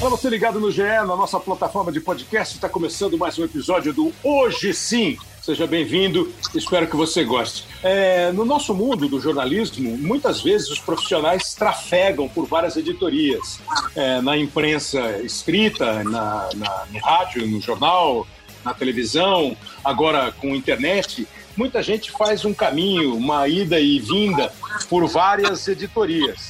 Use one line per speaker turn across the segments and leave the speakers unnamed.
Para você ligado no GE, na nossa plataforma de podcast, está começando mais um episódio do Hoje Sim. Seja bem-vindo, espero que você goste. No nosso mundo do jornalismo, muitas vezes os profissionais trafegam por várias editorias. Na imprensa escrita, no rádio, no jornal, na televisão, agora com internet, muita gente faz um caminho, uma ida e vinda por várias editorias.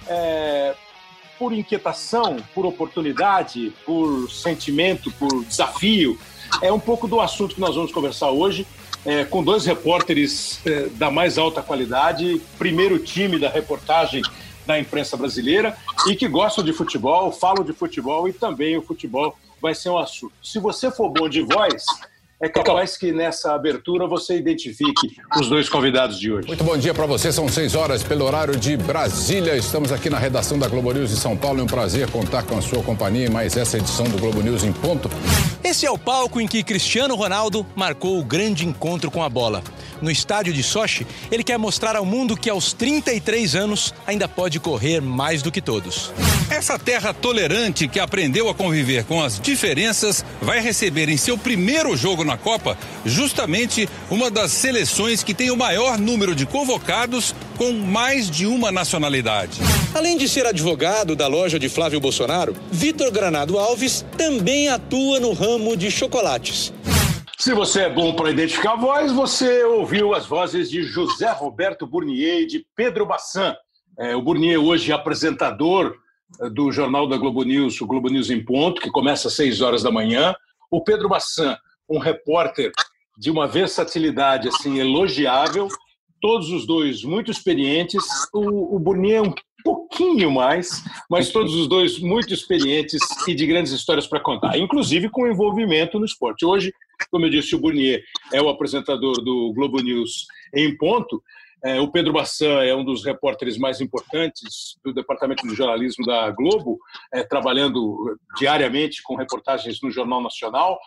Por inquietação, por oportunidade, por sentimento, por desafio. É um pouco do assunto que nós vamos conversar hoje, com dois repórteres da mais alta qualidade, primeiro time da reportagem da imprensa brasileira e que gostam de futebol, falam de futebol e também o futebol vai ser um assunto. Se você for bom de voz, é capaz que nessa abertura você identifique os dois convidados de hoje.
Muito bom dia para você, são 6 horas pelo horário de Brasília. Estamos aqui na redação da Globo News de São Paulo. É um prazer contar com a sua companhia em mais essa edição do Globo News em ponto.
Esse é o palco em que Cristiano Ronaldo marcou o grande encontro com a bola. No estádio de Sochi, ele quer mostrar ao mundo que aos 33 anos ainda pode correr mais do que todos.
Essa terra tolerante que aprendeu a conviver com as diferenças vai receber em seu primeiro jogo na Copa justamente uma das seleções que tem o maior número de convocados com mais de uma nacionalidade.
Além de ser advogado da loja de Flávio Bolsonaro, Vitor Granado Alves também atua no ramo de chocolates.
Se você é bom para identificar a voz, você ouviu as vozes de José Roberto Burnier e de Pedro Bassan. O Burnier hoje é apresentador do jornal da Globo News, o Globo News em Ponto, que começa às 6 horas da manhã. O Pedro Bassan, um repórter de uma versatilidade assim, elogiável, todos os dois muito experientes. O Burnier um pouquinho mais, mas todos os dois muito experientes e de grandes histórias para contar, inclusive com envolvimento no esporte. Hoje, como eu disse, o Burnier é o apresentador do Globo News em Ponto. O Pedro Bassan é um dos repórteres mais importantes do Departamento de Jornalismo da Globo, trabalhando diariamente com reportagens no Jornal Nacional,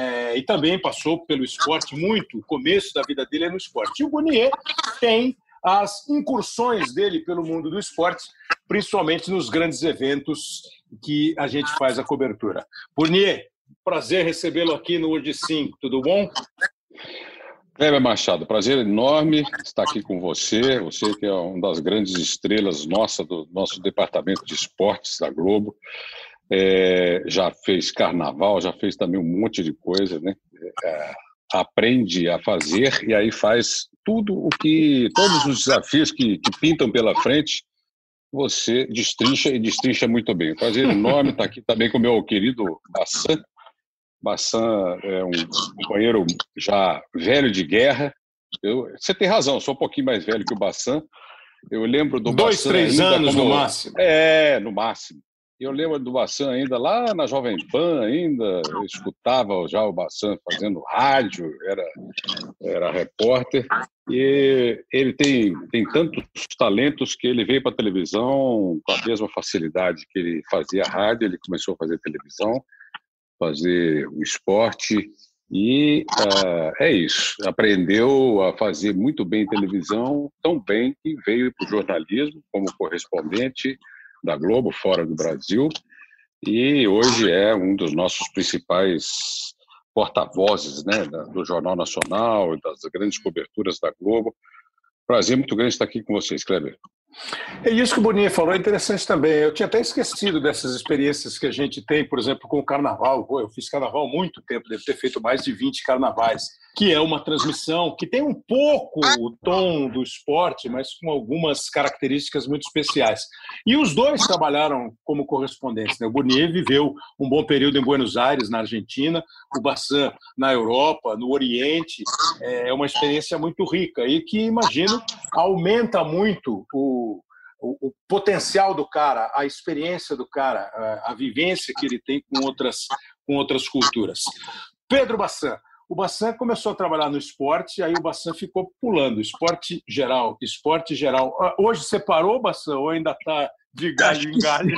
e também passou pelo esporte muito, o começo da vida dele é no esporte. E o Burnier tem as incursões dele pelo mundo do esporte, principalmente nos grandes eventos que a gente faz a cobertura. Burnier, prazer recebê-lo aqui no Hoje Sim, tudo bom?
Kleber Machado, prazer enorme estar aqui com você, você que é uma das grandes estrelas do nosso departamento de esportes da Globo, já fez carnaval, já fez também um monte de coisa, né? Aprende a fazer e aí faz todos os desafios que pintam pela frente, você destrincha muito bem. Prazer enorme estar aqui também com o meu querido Bassan. Bassan é um companheiro já velho de guerra. Você tem razão, sou um pouquinho mais velho que o Bassan. Eu lembro do
2, 3 anos no máximo.
No máximo. Eu lembro do Bassan ainda lá na Jovem Pan, eu escutava já o Bassan fazendo rádio, era repórter. E ele tem tantos talentos que ele veio para a televisão com a mesma facilidade que ele fazia rádio, ele começou a fazer televisão, fazer o esporte e é isso. Aprendeu a fazer muito bem televisão, tão bem que veio para o jornalismo como correspondente da Globo fora do Brasil e hoje é um dos nossos principais porta-vozes, né, do Jornal Nacional e das grandes coberturas da Globo. Prazer muito grande estar aqui com vocês, Kleber.
É isso que o Burnier falou, é interessante também. Eu tinha até esquecido dessas experiências que a gente tem, por exemplo, com o carnaval. Eu fiz carnaval há muito tempo, devo ter feito mais de 20 carnavais, que é uma transmissão que tem um pouco o tom do esporte, mas com algumas características muito especiais. E os dois trabalharam como correspondentes, né? O Burnier viveu um bom período em Buenos Aires, na Argentina, o Bassan na Europa, no Oriente. É uma experiência muito rica e que, imagino, aumenta muito o potencial do cara, a experiência do cara, a vivência que ele tem com outras culturas. Pedro Bassan. O Bassan começou a trabalhar no esporte, aí o Bassan ficou pulando, esporte geral. Hoje você parou, Bassan, ou ainda está de galho em galho?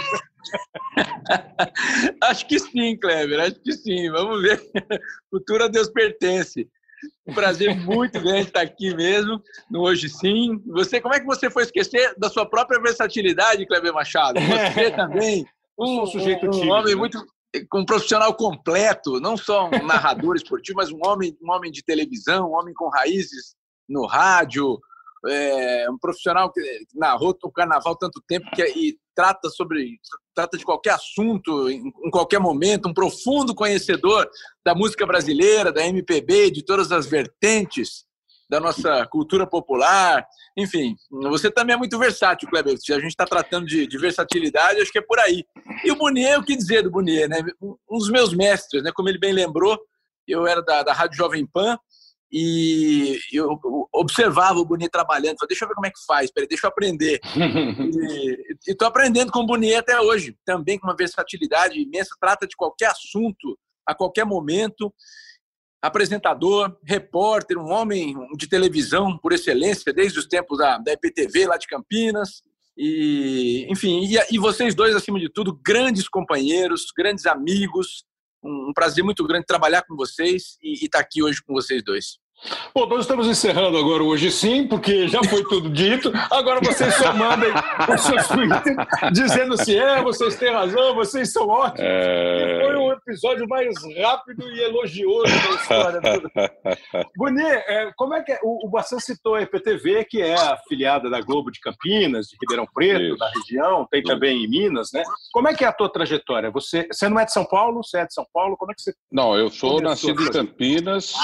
Acho que sim, Kleber, acho que sim. Vamos ver. Futuro a Deus pertence. Um prazer muito grande estar aqui mesmo, no Hoje Sim. Como é que você foi esquecer da sua própria versatilidade, Kleber Machado? Você também,
sou um sujeito tímido,
um homem
né?
muito... um profissional completo, não só um narrador esportivo, mas um homem de televisão, um homem com raízes no rádio, um profissional que narrou o carnaval tanto tempo e trata de qualquer assunto, em qualquer momento, um profundo conhecedor da música brasileira, da MPB, de todas as vertentes da nossa cultura popular. Enfim, você também é muito versátil, Kleber. Se a gente está tratando de versatilidade, acho que é por aí. E o Bonier, o que dizer do Bonier, né? Um dos meus mestres, né? Como ele bem lembrou, eu era da Rádio Jovem Pan e eu observava o Bonier trabalhando. Falei, deixa eu ver como é que faz, deixa eu aprender. E estou aprendendo com o Bonier até hoje, também com uma versatilidade imensa, trata de qualquer assunto, a qualquer momento. Apresentador, repórter, um homem de televisão por excelência, desde os tempos da IPTV lá de Campinas. E, enfim, e vocês dois, acima de tudo, grandes companheiros, grandes amigos. Um prazer muito grande trabalhar com vocês e estar aqui hoje com vocês dois.
Bom, nós estamos encerrando agora Hoje Sim, porque já foi tudo dito. Agora vocês só mandem os seus tweets dizendo se vocês têm razão, vocês são ótimos. E foi o episódio mais rápido e elogioso da história. Bonier, como é que é? O Bassan citou a IPTV, que é afiliada da Globo de Campinas, de Ribeirão Preto, da região, tem também em Minas, né? Como é que é a tua trajetória? Você não é de São Paulo? Você é de São Paulo? Como é que você...
Não, eu sou nascido em Campinas.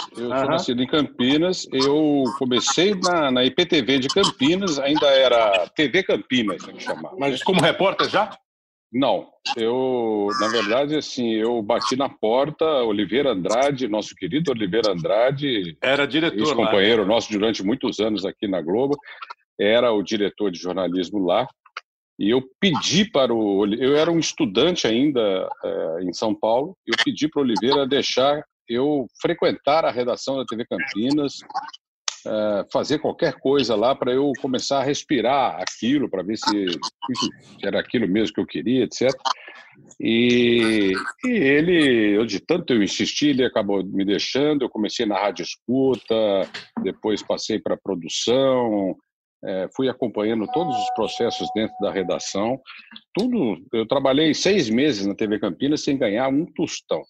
Eu comecei na IPTV de Campinas, ainda era TV Campinas, que chamava.
Mas como repórter já?
Não, na verdade, assim, eu bati na porta, Oliveira Andrade, nosso querido Oliveira Andrade,
era diretor,
ex-companheiro nosso durante muitos anos aqui na Globo, era o diretor de jornalismo lá, e eu pedi eu era um estudante ainda em São Paulo, eu pedi para o Oliveira deixar eu frequentar a redação da TV Campinas, fazer qualquer coisa lá para eu começar a respirar aquilo, para ver se era aquilo mesmo que eu queria, etc. E ele, de tanto eu insistir, ele acabou me deixando. Eu comecei na rádio escuta, depois passei para produção, fui acompanhando todos os processos dentro da redação. Tudo. Eu trabalhei 6 meses na TV Campinas sem ganhar um tostão.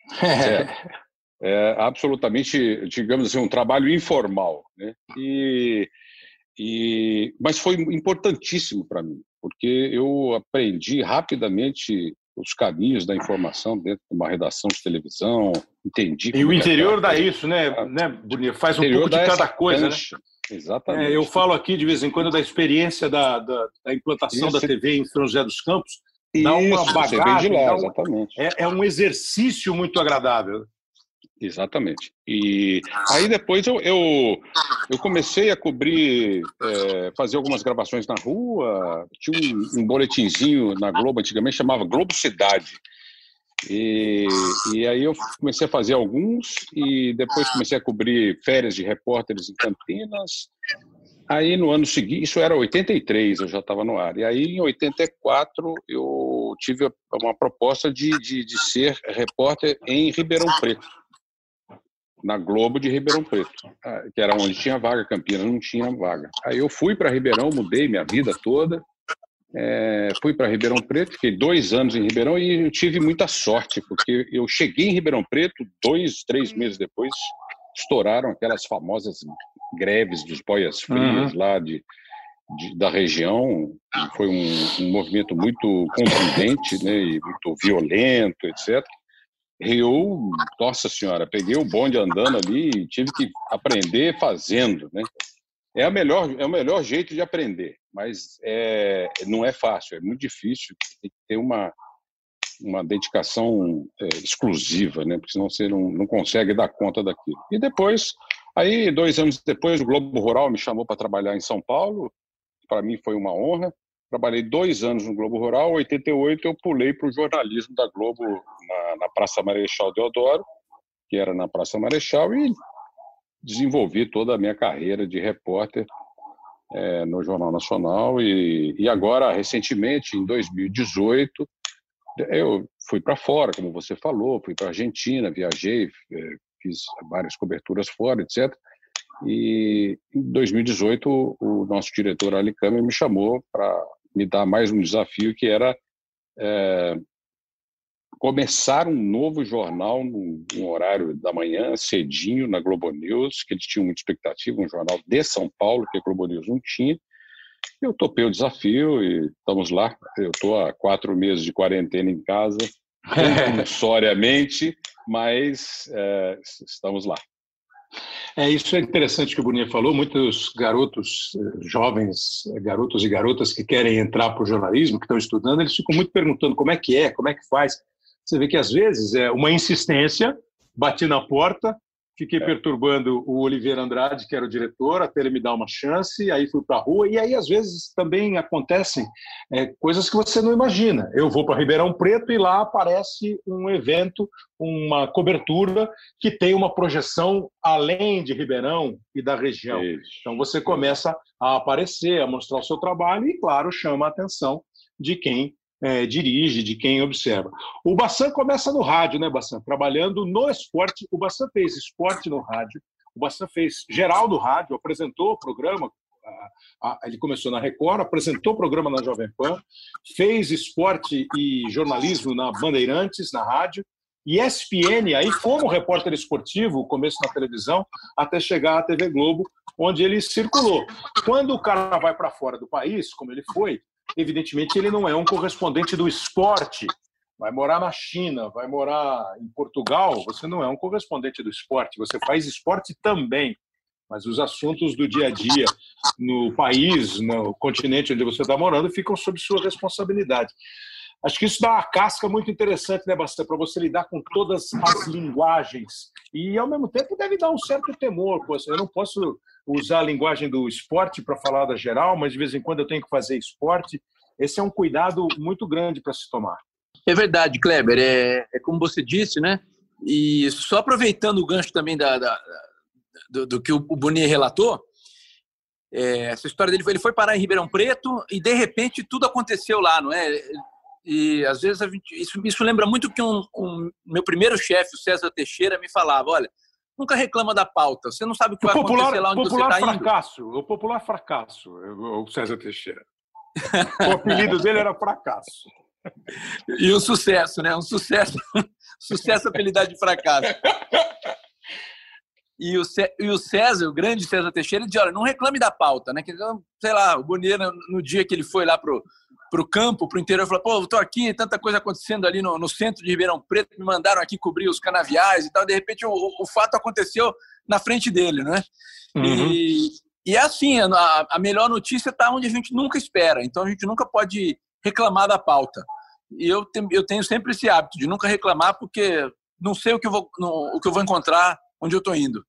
Absolutamente, digamos assim, um trabalho informal, né? Mas foi importantíssimo para mim, porque eu aprendi rapidamente os caminhos da informação dentro de uma redação de televisão, entendi...
E o interior dá isso, né, Bonier? Faz um pouco de cada coisa, né?
Exatamente.
Eu falo aqui, de vez em quando, da experiência da implantação da TV em São José dos Campos. Dá uma bagagem,
exatamente.
É um exercício muito agradável.
Exatamente. E aí depois eu comecei a cobrir, fazer algumas gravações na rua. Tinha um boletinzinho na Globo, antigamente chamava Globo Cidade. E aí eu comecei a fazer alguns e depois comecei a cobrir férias de repórteres em Campinas. Aí no ano seguinte, isso era 83, eu já estava no ar. E aí em 84 eu tive uma proposta de ser repórter em Ribeirão Preto, na Globo de Ribeirão Preto, que era onde tinha vaga, Campinas não tinha vaga. Aí eu fui para Ribeirão, mudei minha vida toda, fui para Ribeirão Preto, fiquei 2 anos em Ribeirão e eu tive muita sorte, porque eu cheguei em Ribeirão Preto, 2, 3 meses depois, estouraram aquelas famosas greves dos boias frias lá da região. Foi um movimento muito contundente, né, e muito violento, etc. Eu, nossa senhora, peguei o bonde andando ali e tive que aprender fazendo, né? É o melhor jeito de aprender, mas não é fácil, é muito difícil, tem que ter uma dedicação exclusiva, né? Porque senão você não consegue dar conta daquilo. E depois, aí 2 anos depois, o Globo Rural me chamou para trabalhar em São Paulo, para mim foi uma honra. Trabalhei 2 anos no Globo Rural. Em 88 eu pulei para o jornalismo da Globo na Praça Marechal Deodoro, que era na Praça Marechal, e desenvolvi toda a minha carreira de repórter no Jornal Nacional. E agora, recentemente, em 2018, eu fui para fora, como você falou, fui para a Argentina, viajei, fiz várias coberturas fora, etc. E em 2018 o nosso diretor Ali Câmara me chamou para me dar mais um desafio, que era começar um novo jornal no horário da manhã, cedinho, na Globo News, que eles tinham muita expectativa, um jornal de São Paulo, que a Globo News não tinha. Eu topei o desafio e estamos lá. Eu estou há 4 meses de quarentena em casa, compulsoriamente, mas estamos lá.
Isso é interessante que o Burnier falou. Muitos garotos, jovens garotos e garotas que querem entrar para o jornalismo, que estão estudando, eles ficam muito perguntando como é que faz. Você vê que às vezes é uma insistência, bati na porta, fiquei perturbando o Oliveira Andrade, que era o diretor, até ele me dar uma chance, aí fui para a rua, e aí às vezes também acontecem coisas que você não imagina. Eu vou para Ribeirão Preto e lá aparece um evento, uma cobertura que tem uma projeção além de Ribeirão e da região.
Isso.
Então você começa a aparecer, a mostrar o seu trabalho e, claro, chama a atenção de quem dirige, de quem observa. O Bassan começa no rádio, né, Bassan? Trabalhando no esporte. O Bassan fez esporte no rádio, o Bassan fez geral do rádio, apresentou o programa, ele começou na Record, apresentou o programa na Jovem Pan, fez esporte e jornalismo na Bandeirantes, na rádio, e ESPN, aí como repórter esportivo, começo na televisão, até chegar à TV Globo, onde ele circulou. Quando o cara vai para fora do país, como ele foi, evidentemente ele não é um correspondente do esporte. Vai morar na China, vai morar em Portugal, você não é um correspondente do esporte, você faz esporte também, mas os assuntos do dia a dia no país, no continente onde você está morando, ficam sob sua responsabilidade. Acho que isso dá uma casca muito interessante, né, Bassan, para você lidar com todas as linguagens. E, ao mesmo tempo, deve dar um certo temor. Pô, eu não posso usar a linguagem do esporte para falar da geral, mas de vez em quando eu tenho que fazer esporte. Esse é um cuidado muito grande para se tomar.
É verdade, Kleber. É como você disse, né? E só aproveitando o gancho também do que o Burnier relatou, essa história dele, ele foi parar em Ribeirão Preto e, de repente, tudo aconteceu lá, não é? E, às vezes, isso lembra muito que meu primeiro chefe, o César Teixeira, me falava, olha, nunca reclama da pauta, você não sabe o que vai acontecer lá onde você está indo.
O popular fracasso, o César Teixeira. O apelido dele era fracasso.
E o sucesso, né? Um sucesso apelidado de fracasso. E o César, o grande César Teixeira, ele dizia, olha, não reclame da pauta, né? Que, sei lá, o Burnier, no dia que ele foi lá pro campo, pro interior, falou, pô, eu tô aqui, tanta coisa acontecendo ali no centro de Ribeirão Preto, me mandaram aqui cobrir os canaviais e tal, de repente o fato aconteceu na frente dele, né? Uhum. E é assim, a melhor notícia está onde a gente nunca espera, então a gente nunca pode reclamar da pauta. E eu tenho sempre esse hábito de nunca reclamar, porque não sei o que eu vou encontrar onde eu estou indo.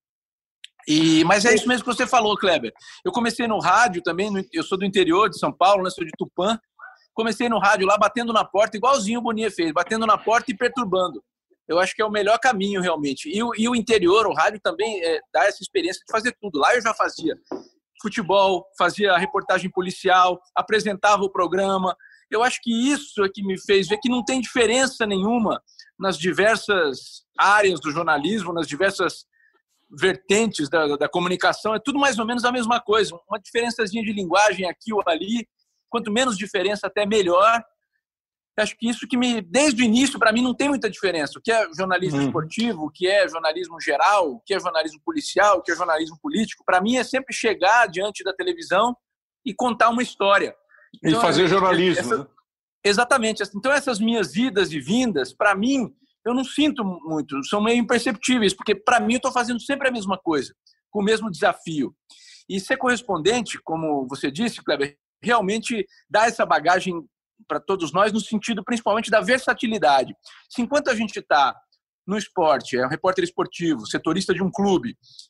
Mas é isso mesmo que você falou, Kleber. Eu comecei no rádio também, eu sou do interior de São Paulo, né, sou de Tupã. Comecei no rádio lá, batendo na porta, igualzinho o Burnier fez, batendo na porta e perturbando. Eu acho que é o melhor caminho, realmente. E o interior, o rádio também dá essa experiência de fazer tudo. Lá eu já fazia futebol, fazia reportagem policial, apresentava o programa. Eu acho que isso é que me fez ver que não tem diferença nenhuma nas diversas áreas do jornalismo, nas diversas vertentes da comunicação. É tudo mais ou menos a mesma coisa. Uma diferençazinha de linguagem aqui ou ali. Quanto menos diferença, até melhor. Acho que isso desde o início, para mim, não tem muita diferença. O que é jornalismo esportivo, o que é jornalismo geral, o que é jornalismo policial, o que é jornalismo político, para mim é sempre chegar diante da televisão e contar uma história.
Então, e fazer jornalismo. Né?
Exatamente. Então, essas minhas idas e vindas, para mim, eu não sinto muito, são meio imperceptíveis, porque, para mim, eu estou fazendo sempre a mesma coisa, com o mesmo desafio. E ser correspondente, como você disse, Kleber, realmente dá essa bagagem para todos nós, no sentido principalmente da versatilidade. Se enquanto a gente está no esporte, é um repórter esportivo, setorista de um clube,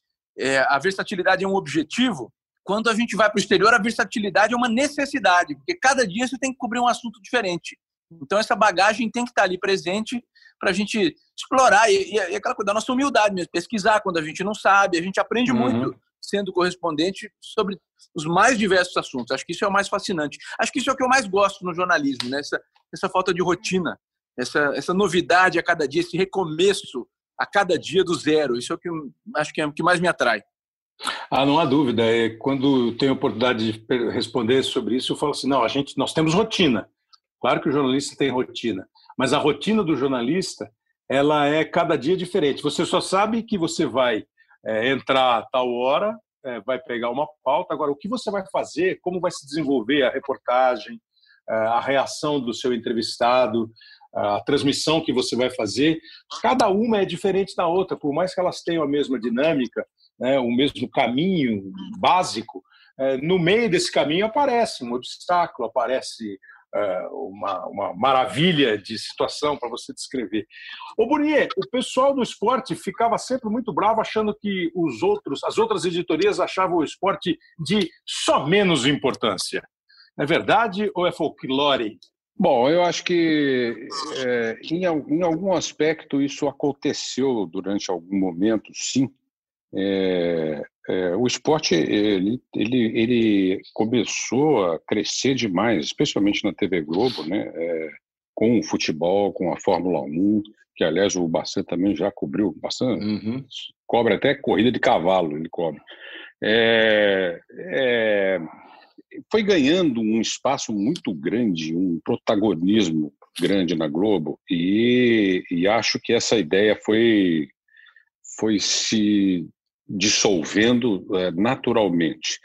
a versatilidade é um objetivo, quando a gente vai para o exterior, a versatilidade é uma necessidade, porque cada dia você tem que cobrir um assunto diferente. Então, essa bagagem tem que estar ali presente para a gente explorar e aquela coisa da nossa humildade mesmo, pesquisar quando a gente não sabe, a gente aprende muito sendo correspondente sobre os mais diversos assuntos. Acho que isso é o mais fascinante. Acho que isso é o que eu mais gosto no jornalismo, né? Essa falta de rotina, essa novidade a cada dia, esse recomeço a cada dia do zero. Isso é o que acho que é o que mais me atrai.
Não há dúvida. Quando tenho a oportunidade de responder sobre isso, eu falo assim, nós temos rotina. Claro que o jornalista tem rotina, mas a rotina do jornalista, ela é cada dia diferente. Você só sabe que você vai entrar a tal hora, vai pegar uma pauta. Agora, o que você vai fazer, como vai se desenvolver a reportagem, a reação do seu entrevistado, a transmissão que você vai fazer, cada uma é diferente da outra, por mais que elas tenham a mesma dinâmica, né, o mesmo caminho básico, no meio desse caminho aparece um obstáculo, aparece uma maravilha de situação para você descrever. Ô Burnier, o pessoal do esporte ficava sempre muito bravo, achando que as outras editoриas achavam o esporte de só menos importância. É verdade ou é folclore?
Bom, eu acho que em algum aspecto isso aconteceu durante algum momento, sim. O esporte ele começou a crescer demais, especialmente na TV Globo, né? Com o futebol, com a Fórmula 1, que aliás o Bassan também já cobriu. O Bassan cobre até corrida de cavalo, ele cobre. Foi ganhando um espaço muito grande, um protagonismo grande na Globo, e acho que essa ideia foi se dissolvendo naturalmente.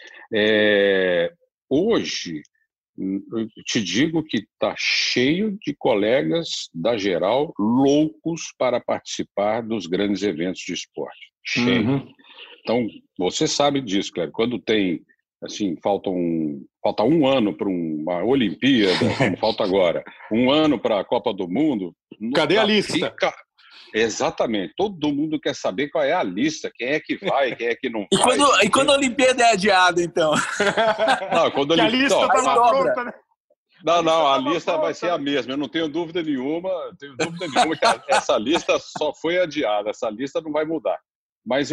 Hoje, eu te digo que está cheio de colegas da Geral loucos para participar dos grandes eventos de esporte. Cheio. Então, você sabe disso, Cléber. Quando tem, assim, falta um ano para uma Olimpíada, como falta agora, um ano para a Copa do Mundo.
Cadê a lista?
Exatamente. Todo mundo quer saber qual é a lista, quem é que vai, quem é que não vai.
E quando a Olimpíada é adiada, então?
Não, quando
a lista está pronta, né?
Não, a lista vai ser a mesma. Eu não tenho dúvida nenhuma que essa lista só foi adiada. Essa lista não vai mudar. Mas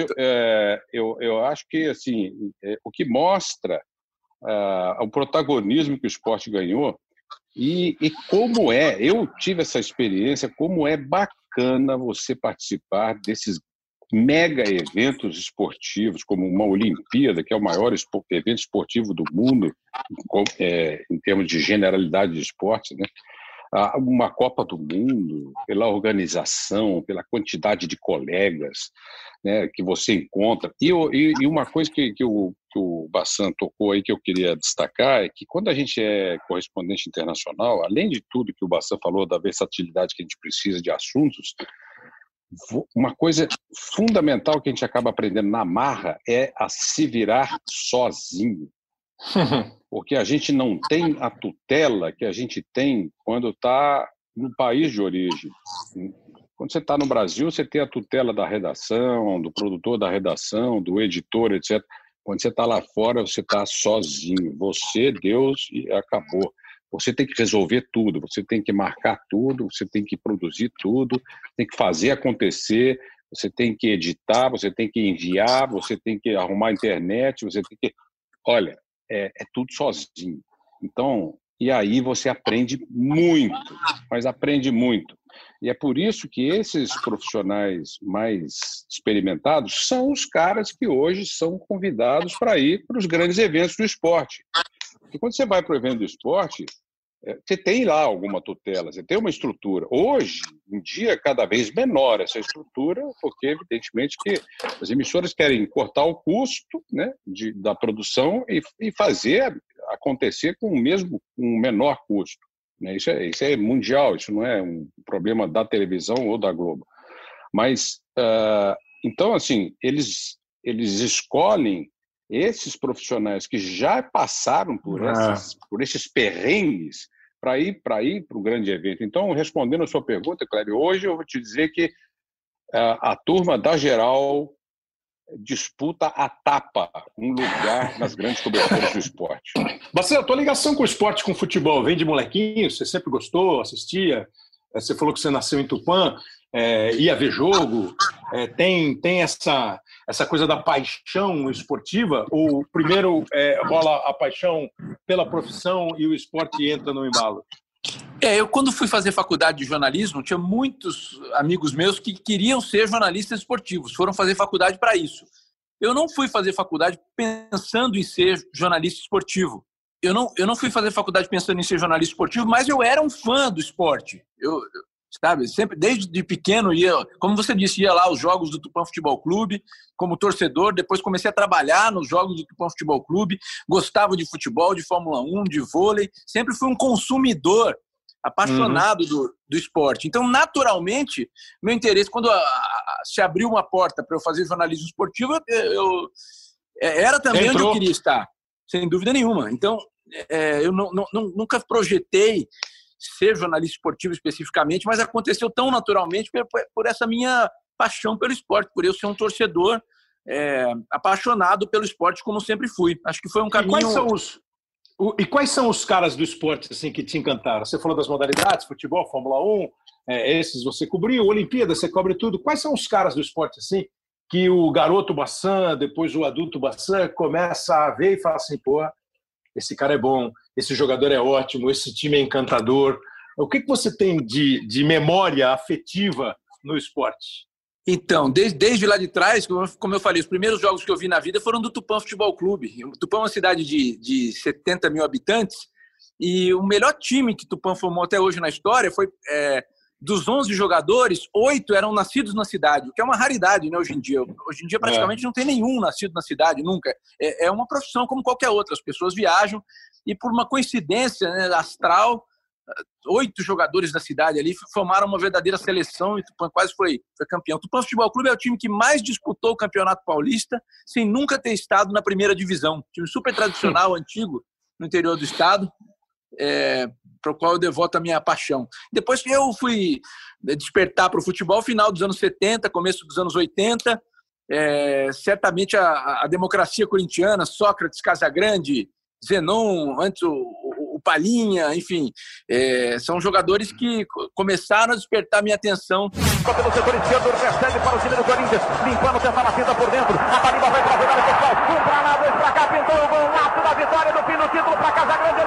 eu acho que assim, o que mostra o protagonismo que o esporte ganhou e como eu tive essa experiência, como é bacana você participar desses mega eventos esportivos, como uma Olimpíada, que é o maior evento esportivo do mundo, em termos de generalidade de esporte, né? Uma Copa do Mundo, pela organização, pela quantidade de colegas, né, que você encontra. E uma coisa que o Bassan tocou aí, que eu queria destacar, é que quando a gente é correspondente internacional, além de tudo que o Bassan falou da versatilidade que a gente precisa de assuntos, uma coisa fundamental que a gente acaba aprendendo na marra é a se virar sozinho. Porque a gente não tem a tutela que a gente tem quando está no país de origem. Quando você está no Brasil, você tem a tutela da redação, do produtor da redação, do editor, etc. Quando você está lá fora, você está sozinho. Você, Deus, e acabou. Você tem que resolver tudo, você tem que marcar tudo, você tem que produzir tudo, tem que fazer acontecer, você tem que editar, você tem que enviar, você tem que arrumar a internet, você tem que... Olha, é tudo sozinho. Então, e aí você aprende muito, mas aprende muito. E é por isso que esses profissionais mais experimentados são os caras que hoje são convidados para ir para os grandes eventos do esporte. Porque quando você vai para o evento do esporte, você tem lá alguma tutela, você tem uma estrutura. Hoje, em dia, é cada vez menor essa estrutura, porque, evidentemente, que as emissoras querem cortar o custo, né, da produção e fazer acontecer com um menor custo. Né? Isso é mundial, isso não é um problema da televisão ou da Globo. Mas, então, assim, eles escolhem esses profissionais que já passaram por esses perrengues para ir para o grande evento. Então, respondendo a sua pergunta, Cléber, hoje eu vou te dizer que a turma da Geral disputa a tapa um lugar nas grandes coberturas do esporte.
Bassan, a tua ligação com o esporte, com o futebol, vem de molequinho? Você sempre gostou, assistia? Você falou que você nasceu em Tupã, ia ver jogo, tem essa coisa da paixão esportiva, ou primeiro rola a paixão pela profissão e o esporte entra no embalo?
Eu quando fui fazer faculdade de jornalismo, tinha muitos amigos meus que queriam ser jornalistas esportivos, foram fazer faculdade para isso. Eu não fui fazer faculdade pensando em ser jornalista esportivo. eu não fui fazer faculdade pensando em ser jornalista esportivo, mas eu era um fã do esporte. Sabe, sempre, desde pequeno, como você disse, ia lá aos jogos do Tupã Futebol Clube, como torcedor. Depois comecei a trabalhar nos jogos do Tupã Futebol Clube. Gostava de futebol, de Fórmula 1, de vôlei. Sempre fui um consumidor apaixonado do esporte. Então, naturalmente, meu interesse, quando se abriu uma porta para eu fazer jornalismo esportivo, era também onde eu queria estar, sem dúvida nenhuma. Então, eu nunca projetei ser jornalista esportivo especificamente, mas aconteceu tão naturalmente por essa minha paixão pelo esporte, por eu ser um torcedor apaixonado pelo esporte, como sempre fui. Acho que foi um caminho...
E quais são os caras do esporte assim, que te encantaram? Você falou das modalidades, futebol, Fórmula 1, esses você cobriu, Olimpíada, você cobre tudo. Quais são os caras do esporte assim, que o garoto Bassan, depois o adulto Bassan, começa a ver e fala assim, pô, esse cara é bom, esse jogador é ótimo, esse time é encantador. O que você tem de memória afetiva no esporte?
Então, desde lá de trás, como eu falei, os primeiros jogos que eu vi na vida foram do Tupã Futebol Clube. O Tupã é uma cidade de 70 mil habitantes e o melhor time que o Tupã formou até hoje na história foi, dos 11 jogadores, 8 eram nascidos na cidade, o que é uma raridade, né, hoje em dia. Hoje em dia praticamente não tem nenhum nascido na cidade, nunca. É uma profissão como qualquer outra, as pessoas viajam e por uma coincidência, né, astral, 8 jogadores da cidade ali formaram uma verdadeira seleção e o Tupã quase foi campeão. O Tupã Futebol Clube é o time que mais disputou o Campeonato Paulista sem nunca ter estado na primeira divisão. Time super tradicional, antigo, no interior do estado, para o qual eu devoto a minha paixão. Depois que eu fui despertar para o futebol, final dos anos 70, começo dos anos 80, certamente a democracia corintiana, Sócrates, Casagrande, Zenon, antes o Palhinha, enfim, são jogadores que começaram a despertar minha atenção.
Pelo setor esquerdo, recebe para o time do Corinthians, limpando, tentando a finta por dentro, a Baliba vai para a jogada pessoal, um para lá, dois para cá, pintou o golaço da vitória do fim do título para Casagrande,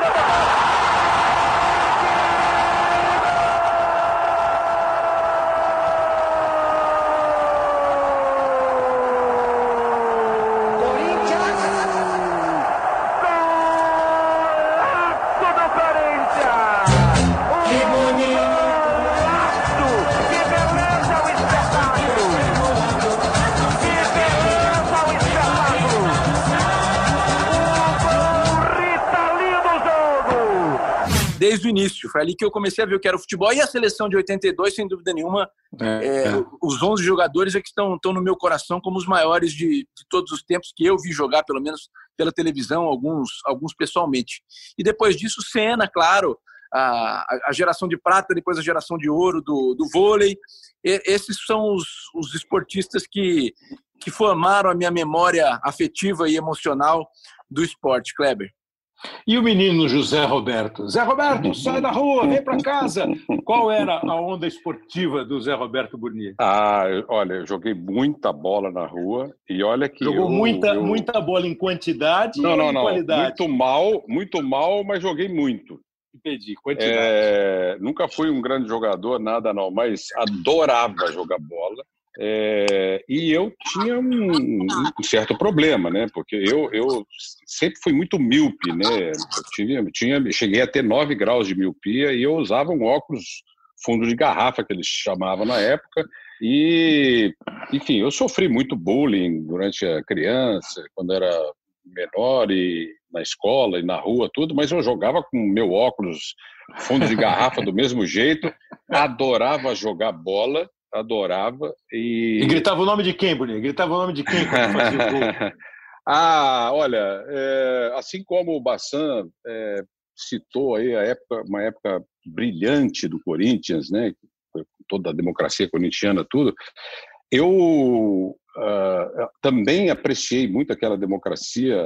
desde o início. Foi ali que eu comecei a ver o que era o futebol. E a seleção de 82, sem dúvida nenhuma, os 11 jogadores que estão no meu coração como os maiores de todos os tempos que eu vi jogar, pelo menos pela televisão, alguns pessoalmente. E depois disso, Senna, claro, a geração de prata, depois a geração de ouro do vôlei. Esses são os esportistas que formaram a minha memória afetiva e emocional do esporte, Kleber.
E o menino José Roberto? Zé Roberto, sai da rua, vem para casa. Qual era a onda esportiva do Zé Roberto Burnier?
Olha, eu joguei muita bola na rua e olha que
jogou muita bola em quantidade ou em qualidade?
Muito mal, mas joguei muito.
Entendi, quantidade.
Nunca fui um grande jogador, nada não, mas adorava jogar bola. E eu tinha um certo problema, né? Porque eu sempre fui muito míope, né? Cheguei a ter 9 graus de miopia e eu usava um óculos fundo de garrafa, que eles chamavam na época. E, enfim, eu sofri muito bullying durante a criança, quando era menor, e na escola e na rua, tudo, mas eu jogava com meu óculos fundo de garrafa do mesmo jeito, adorava jogar bola. Adorava. E
gritava o nome de quem, Burnier? Gritava o nome de quem quando fazia o gol?
Olha, assim como o Bassan citou aí uma época brilhante do Corinthians, né? Toda a democracia corintiana, tudo. Eu também apreciei muito aquela democracia,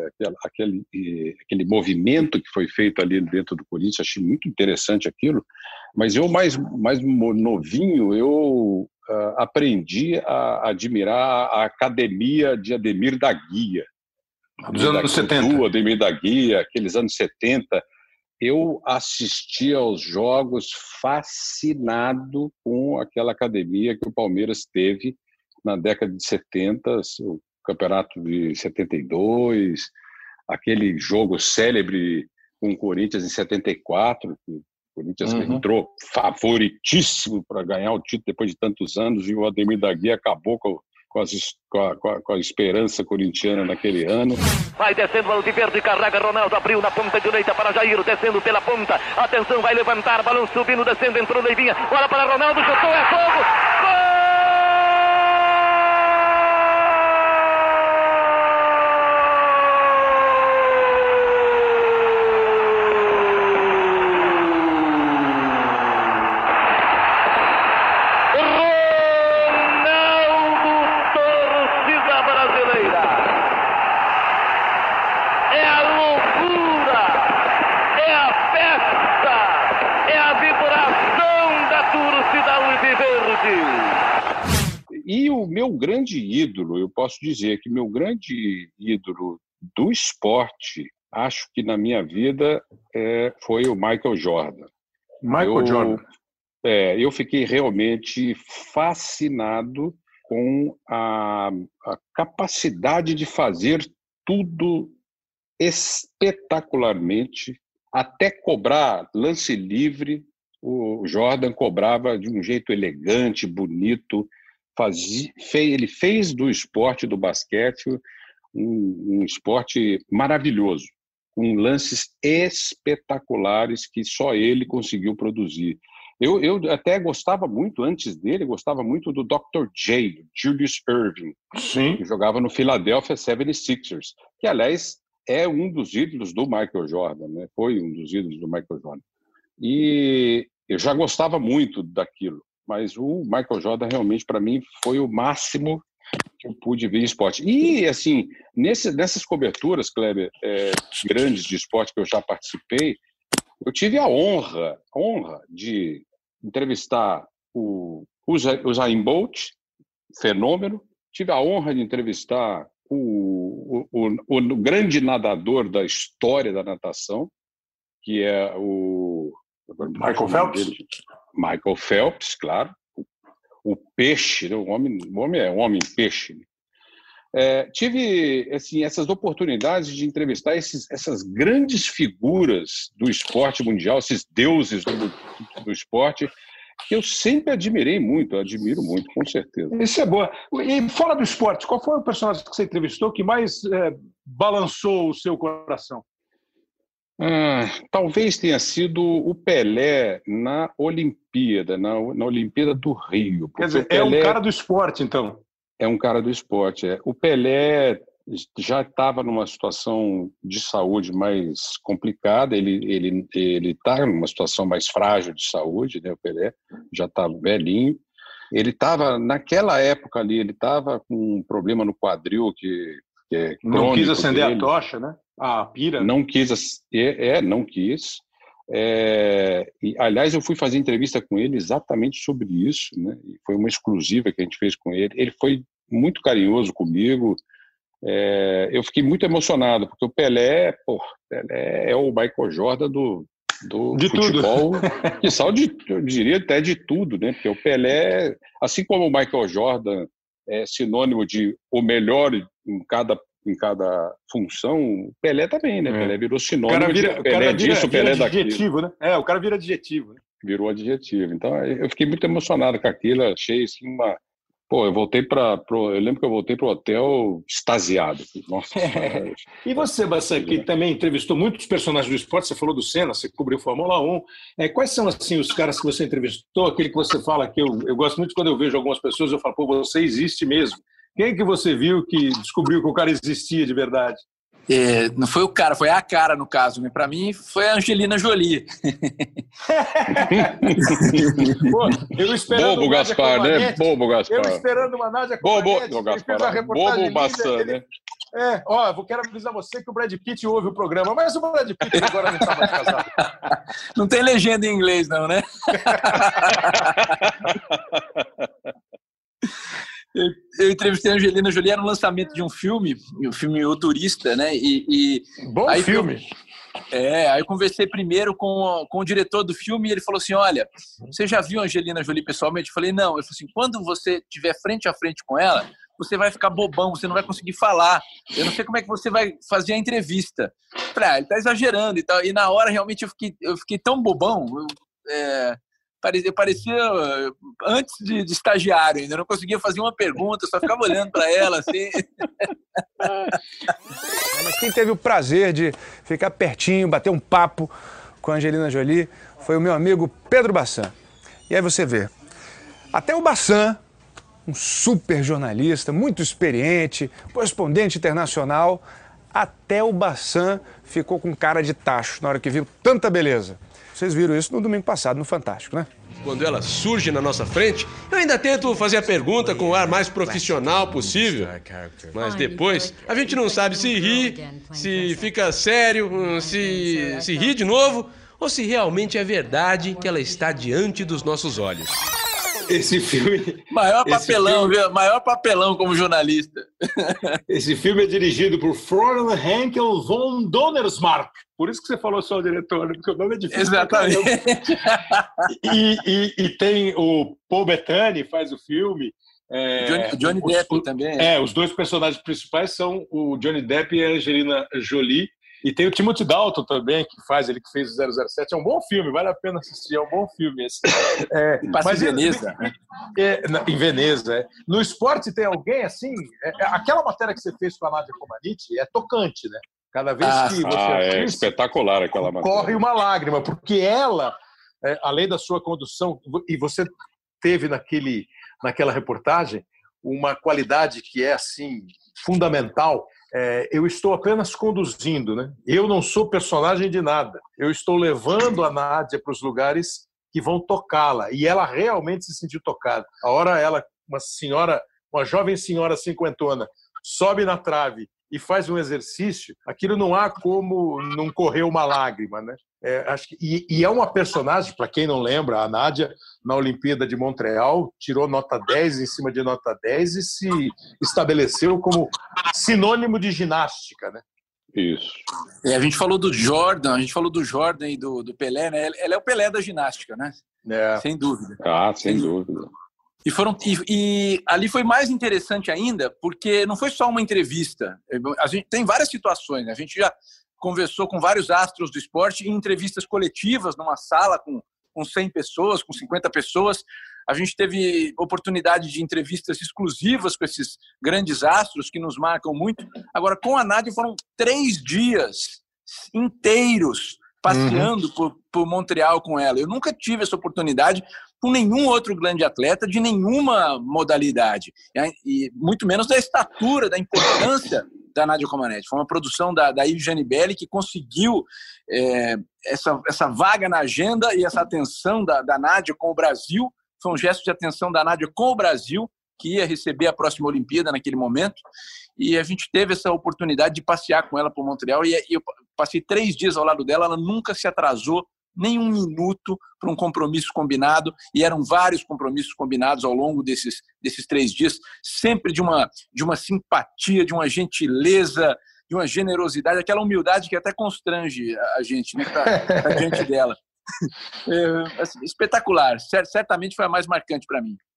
aquele movimento que foi feito ali dentro do Corinthians. Achei muito interessante aquilo. Mas eu, mais novinho, eu aprendi a admirar a academia de Ademir da Guia.
Dos anos 70.
Ademir da Guia, aqueles anos 70. Eu assistia aos jogos fascinado com aquela academia que o Palmeiras teve na década de 70, o campeonato de 72, aquele jogo célebre com o Corinthians em 74, que o Corinthians entrou favoritíssimo para ganhar o título depois de tantos anos, e o Ademir da Guia acabou com a esperança corintiana naquele ano.
Vai descendo Alviverde, carrega Ronaldo, abriu na ponta direita para Jair, descendo pela ponta, atenção, vai levantar, balão subindo, descendo, entrou Leivinha, bola para Ronaldo, chutou, é fogo, gol!
E o meu grande ídolo, eu posso dizer que meu grande ídolo do esporte, acho que na minha vida, foi o Michael Jordan.
Jordan.
Eu fiquei realmente fascinado com a capacidade de fazer tudo espetacularmente, até cobrar lance livre. O Jordan cobrava de um jeito elegante, bonito. Ele fez do esporte do basquete um esporte maravilhoso, com lances espetaculares que só ele conseguiu produzir. Eu até gostava muito, antes dele, gostava muito do Dr. J, Julius Erving,
Sim.
que jogava no Philadelphia 76ers, que, aliás, é um dos ídolos do Michael Jordan, né? Foi um dos ídolos do Michael Jordan. E eu já gostava muito daquilo, mas o Michael Jordan realmente, para mim, foi o máximo que eu pude ver em esporte. E, assim, nessas coberturas, Kleber, grandes de esporte que eu já participei, eu tive a honra de entrevistar o Usain Bolt, fenômeno, tive a honra de entrevistar o grande nadador da história da natação, que é o
Michael Phelps?
Michael Phelps, claro. O peixe, né? O homem é um homem-peixe. Tive assim, essas oportunidades de entrevistar essas grandes figuras do esporte mundial, esses deuses do esporte, que eu sempre admirei muito, admiro muito, com certeza.
Isso é boa. E fora do esporte, qual foi o personagem que você entrevistou que mais balançou o seu coração?
Talvez tenha sido o Pelé na Olimpíada, na Olimpíada do Rio.
Quer dizer, Pelé é um cara do esporte, então.
É um cara do esporte. O Pelé já estava numa situação de saúde mais complicada, ele está numa situação mais frágil de saúde, né? O Pelé já está velhinho. Ele estava, naquela época ali, ele estava com um problema no quadril que é
não quis acender dele. A tocha, né? A pira.
Não quis. Não quis. E, aliás, eu fui fazer entrevista com ele exatamente sobre isso, né? E foi uma exclusiva que a gente fez com ele. Ele foi muito carinhoso comigo. Eu fiquei muito emocionado, porque o Pelé é o Michael Jordan do futebol, eu diria até de tudo, né? Porque o Pelé, assim como o Michael Jordan é sinônimo de o melhor em cada função, o Pelé também, né? Pelé virou sinônimo de Pelé disso, Pelé daquilo.
Né? O cara vira adjetivo. Né?
Virou adjetivo. Então, eu fiquei muito emocionado com aquilo, achei assim uma... eu voltei eu lembro que eu voltei para o hotel extasiado. Nossa.
E você, Bassan, que também entrevistou muitos personagens do esporte, você falou do Senna, você cobriu Fórmula 1. Quais são, assim, os caras que você entrevistou? Aquele que você fala que eu gosto muito quando eu vejo algumas pessoas, eu falo, você existe mesmo. Quem que você viu que descobriu que o cara existia de verdade?
Não foi o cara, foi a cara, no caso, né? Para mim, foi a Angelina Jolie.
Eu esperando
Bobo Gaspar, né? Bobo Gaspar.
Eu esperando uma Nádia
Bobo Gaspar. Bobo Bassan, né?
Quero avisar você que o Brad Pitt ouve o programa, mas o Brad Pitt agora não está mais casado.
Não tem legenda em inglês, não, né? Eu entrevistei a Angelina Jolie, era no lançamento de um filme, o filme O Turista, né?
Bom
aí
filme.
Aí eu conversei primeiro com o diretor do filme e ele falou assim, olha, você já viu a Angelina Jolie pessoalmente? Eu falei, não. Ele falou assim, quando você estiver frente a frente com ela, você vai ficar bobão, você não vai conseguir falar. Eu não sei como é que você vai fazer a entrevista. Eu falei, ele está exagerando e tal. E na hora, realmente, eu fiquei tão bobão. Eu parecia antes de estagiário ainda. Eu não conseguia fazer uma pergunta, só ficava olhando para ela, assim.
Mas quem teve o prazer de ficar pertinho, bater um papo com a Angelina Jolie foi o meu amigo Pedro Bassan. E aí você vê, até o Bassan, um super jornalista, muito experiente, correspondente internacional, até o Bassan ficou com cara de tacho na hora que viu tanta beleza. Vocês viram isso no domingo passado, no Fantástico, né?
Quando ela surge na nossa frente, eu ainda tento fazer a pergunta com o ar mais profissional possível. Mas depois, a gente não sabe se ri, se fica sério, se ri de novo, ou se realmente é verdade que ela está diante dos nossos olhos.
Esse filme...
Maior papelão como jornalista.
Esse filme é dirigido por Florian Henkel von Donnersmarck. Por isso que você falou só o diretor, porque o nome é difícil.
Exatamente.
E tem o Paul Bettany, faz o filme.
Johnny Depp também.
Os dois personagens principais são o Johnny Depp e a Angelina Jolie. E tem o Timothy Dalton também, que fez o 007. É um bom filme, vale a pena assistir, é um bom filme esse.
Mas em Veneza.
Em Veneza. No esporte tem alguém assim... aquela matéria que você fez com a Nadia Comaneci é tocante, né? Cada vez que você assiste,
é espetacular aquela matéria.
Corre uma lágrima, porque ela, além da sua condução, e você teve naquela reportagem uma qualidade que é assim fundamental. Eu estou apenas conduzindo, né? Eu não sou personagem de nada. Eu estou levando a Nádia para os lugares que vão tocá-la. E ela realmente se sentiu tocada. A hora ela, uma jovem senhora cinquentona, sobe na trave e faz um exercício, aquilo não há como não correr uma lágrima, né? E é uma personagem, para quem não lembra, a Nádia, na Olimpíada de Montreal, tirou nota 10 em cima de nota 10 e se estabeleceu como sinônimo de ginástica, né?
Isso.
A gente falou do Jordan e do Pelé, né? Ela é o Pelé da ginástica, né? Sem dúvida.
Sem dúvida.
E ali foi mais interessante ainda, porque não foi só uma entrevista. A gente tem várias situações, né? A gente já conversou com vários astros do esporte em entrevistas coletivas, numa sala com 100 pessoas, com 50 pessoas. A gente teve oportunidade de entrevistas exclusivas com esses grandes astros que nos marcam muito. Agora, com a Nádia, foram 3 dias inteiros passeando por Montreal com ela. Eu nunca tive essa oportunidade com nenhum outro grande atleta de nenhuma modalidade, e muito menos da estatura, da importância da Nadia Comaneci. Foi uma produção da Yves Janibelli que conseguiu essa vaga na agenda e essa atenção da Nadia com o Brasil. Foi um gesto de atenção da Nádia com o Brasil, que ia receber a próxima Olimpíada naquele momento. E a gente teve essa oportunidade de passear com ela por Montreal. E eu passei 3 dias ao lado dela, ela nunca se atrasou nem um minuto para um compromisso combinado. E eram vários compromissos combinados ao longo desses 3 dias, sempre de uma simpatia, de uma gentileza, de uma generosidade, aquela humildade que até constrange a gente, né, que tá diante dela. Espetacular, certamente foi a mais marcante para mim.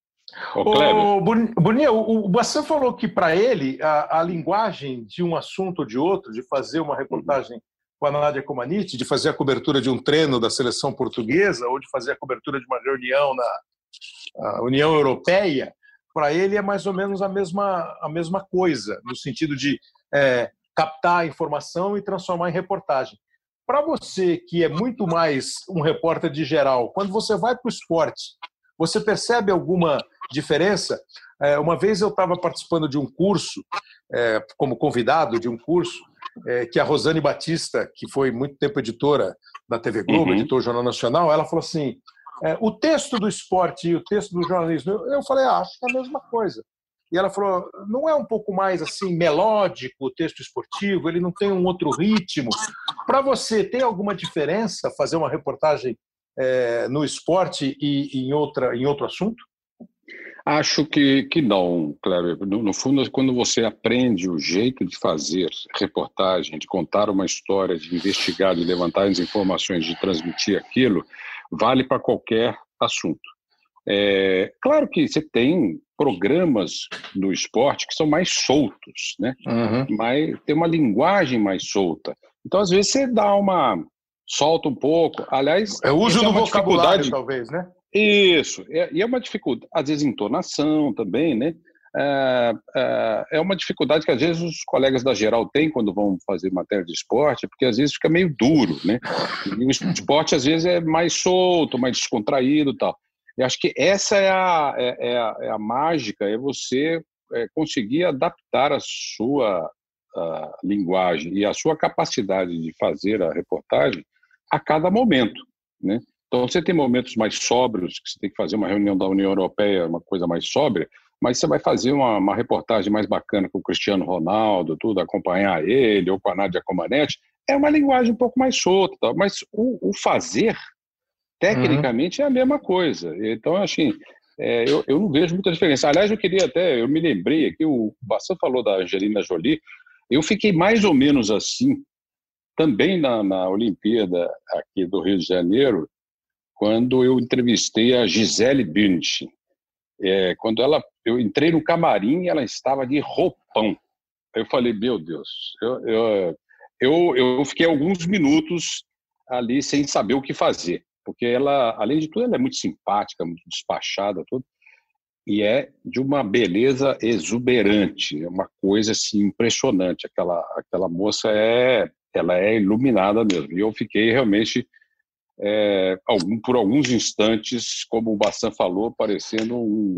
Burnier, o Bassan falou que para ele a linguagem de um assunto ou de outro, de fazer uma reportagem com a Nadia Comaneci, de fazer a cobertura de um treino da seleção portuguesa ou de fazer a cobertura de uma reunião na União Europeia, para ele é mais ou menos a mesma coisa, no sentido de captar a informação e transformar em reportagem. Para você, que é muito mais um repórter de geral, quando você vai para o esporte, você percebe alguma diferença? Uma vez eu estava participando de um curso, como convidado de um curso, que a Rosane Batista, que foi muito tempo editora da TV Globo, editor do Jornal Nacional, ela falou assim, o texto do esporte e o texto do jornalismo, eu falei, acho que é a mesma coisa. E ela falou, não é um pouco mais assim melódico o texto esportivo? Ele não tem um outro ritmo? Para você, tem alguma diferença fazer uma reportagem no esporte e em outro assunto?
Acho que não, Kleber. No fundo, quando você aprende o jeito de fazer reportagem, de contar uma história, de investigar, de levantar as informações, de transmitir aquilo, vale para qualquer assunto. Claro que você tem programas do esporte que são mais soltos, né? Mas tem uma linguagem mais solta. Então, às vezes, você solta um pouco. Aliás,
É o uso do vocabulário,
dificuldade,
talvez, né?
Isso. E é uma dificuldade, às vezes, entonação também, né? É uma dificuldade que, às vezes, os colegas da geral têm quando vão fazer matéria de esporte, porque, às vezes, fica meio duro, né? E o esporte, às vezes, é mais solto, mais descontraído e tal. Eu acho que essa é a mágica, é você conseguir adaptar a sua linguagem e a sua capacidade de fazer a reportagem a cada momento, né? Então, você tem momentos mais sóbrios, que você tem que fazer uma reunião da União Europeia, uma coisa mais sóbria, mas você vai fazer uma reportagem mais bacana com o Cristiano Ronaldo, tudo, acompanhar ele, ou com a Nádia Comaneci, é uma linguagem um pouco mais solta, mas o fazer, tecnicamente, é a mesma coisa. Então, assim, eu não vejo muita diferença. Aliás, eu me lembrei aqui, o Bassan falou da Angelina Jolie, eu fiquei mais ou menos assim, também na Olimpíada aqui do Rio de Janeiro, quando eu entrevistei a Gisele Bündchen. Quando eu entrei no camarim, ela estava de roupão. Eu falei, meu Deus, eu fiquei alguns minutos ali sem saber o que fazer, porque ela, além de tudo, ela é muito simpática, muito despachada, tudo, e é de uma beleza exuberante, é uma coisa assim impressionante. Aquela moça ela é iluminada mesmo. E eu fiquei realmente por alguns instantes, como o Bassan falou, parecendo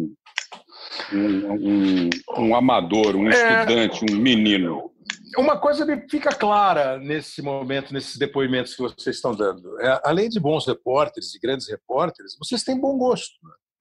um amador, um estudante, um menino.
Uma coisa me fica clara nesse momento, nesses depoimentos que vocês estão dando. Além de bons repórteres, de grandes repórteres, vocês têm bom gosto.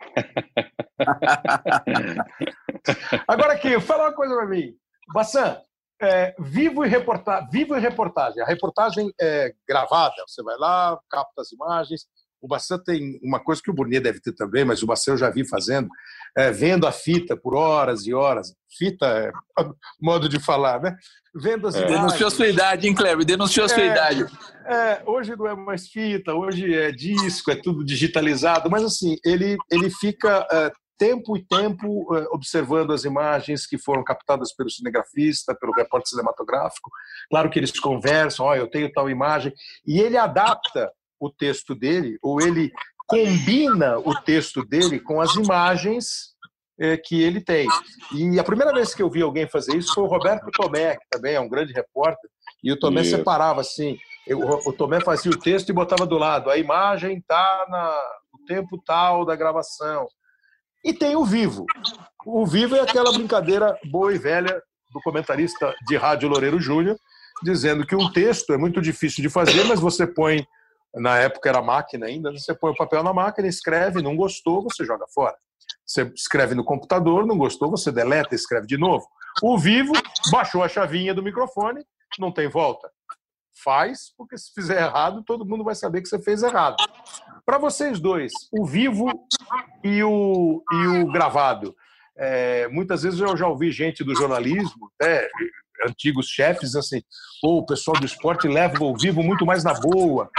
Agora aqui, fala uma coisa para mim. Bassan, Vivo e reportagem. A reportagem é gravada, você vai lá, capta as imagens. O Bassan tem uma coisa que o Burnier deve ter também, mas o Bassan eu já vi fazendo, vendo a fita por horas e horas. Fita é modo de falar, né? Vendo as imagens.
Denunciou sua idade, hein, Kleber? Denunciou sua idade.
Hoje não é mais fita, hoje é disco, é tudo digitalizado, mas assim, ele fica tempo e tempo observando as imagens que foram captadas pelo cinegrafista, pelo repórter cinematográfico. Claro que eles conversam, eu tenho tal imagem, e ele adapta o texto dele, ou ele combina o texto dele com as imagens que ele tem. E a primeira vez que eu vi alguém fazer isso foi o Roberto Tomé, que também é um grande repórter, e o Tomé separava assim, o Tomé fazia o texto e botava do lado, a imagem está no tempo tal da gravação. E tem o vivo. O vivo é aquela brincadeira boa e velha do comentarista de rádio Loureiro Júnior, dizendo que um texto é muito difícil de fazer, mas você põe, na época era máquina ainda, você põe o papel na máquina, escreve, não gostou, você joga fora. Você escreve no computador, não gostou, você deleta e escreve de novo. O vivo, baixou a chavinha do microfone, não tem volta. Faz, porque se fizer errado, todo mundo vai saber que você fez errado. Para vocês dois, o vivo e o gravado. Muitas vezes eu já ouvi gente do jornalismo, antigos chefes, assim, o pessoal do esporte leva o vivo muito mais na boa.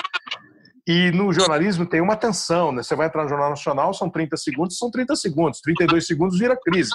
E no jornalismo tem uma tensão, né? Você vai entrar no Jornal Nacional, são 30 segundos, 32 segundos vira crise.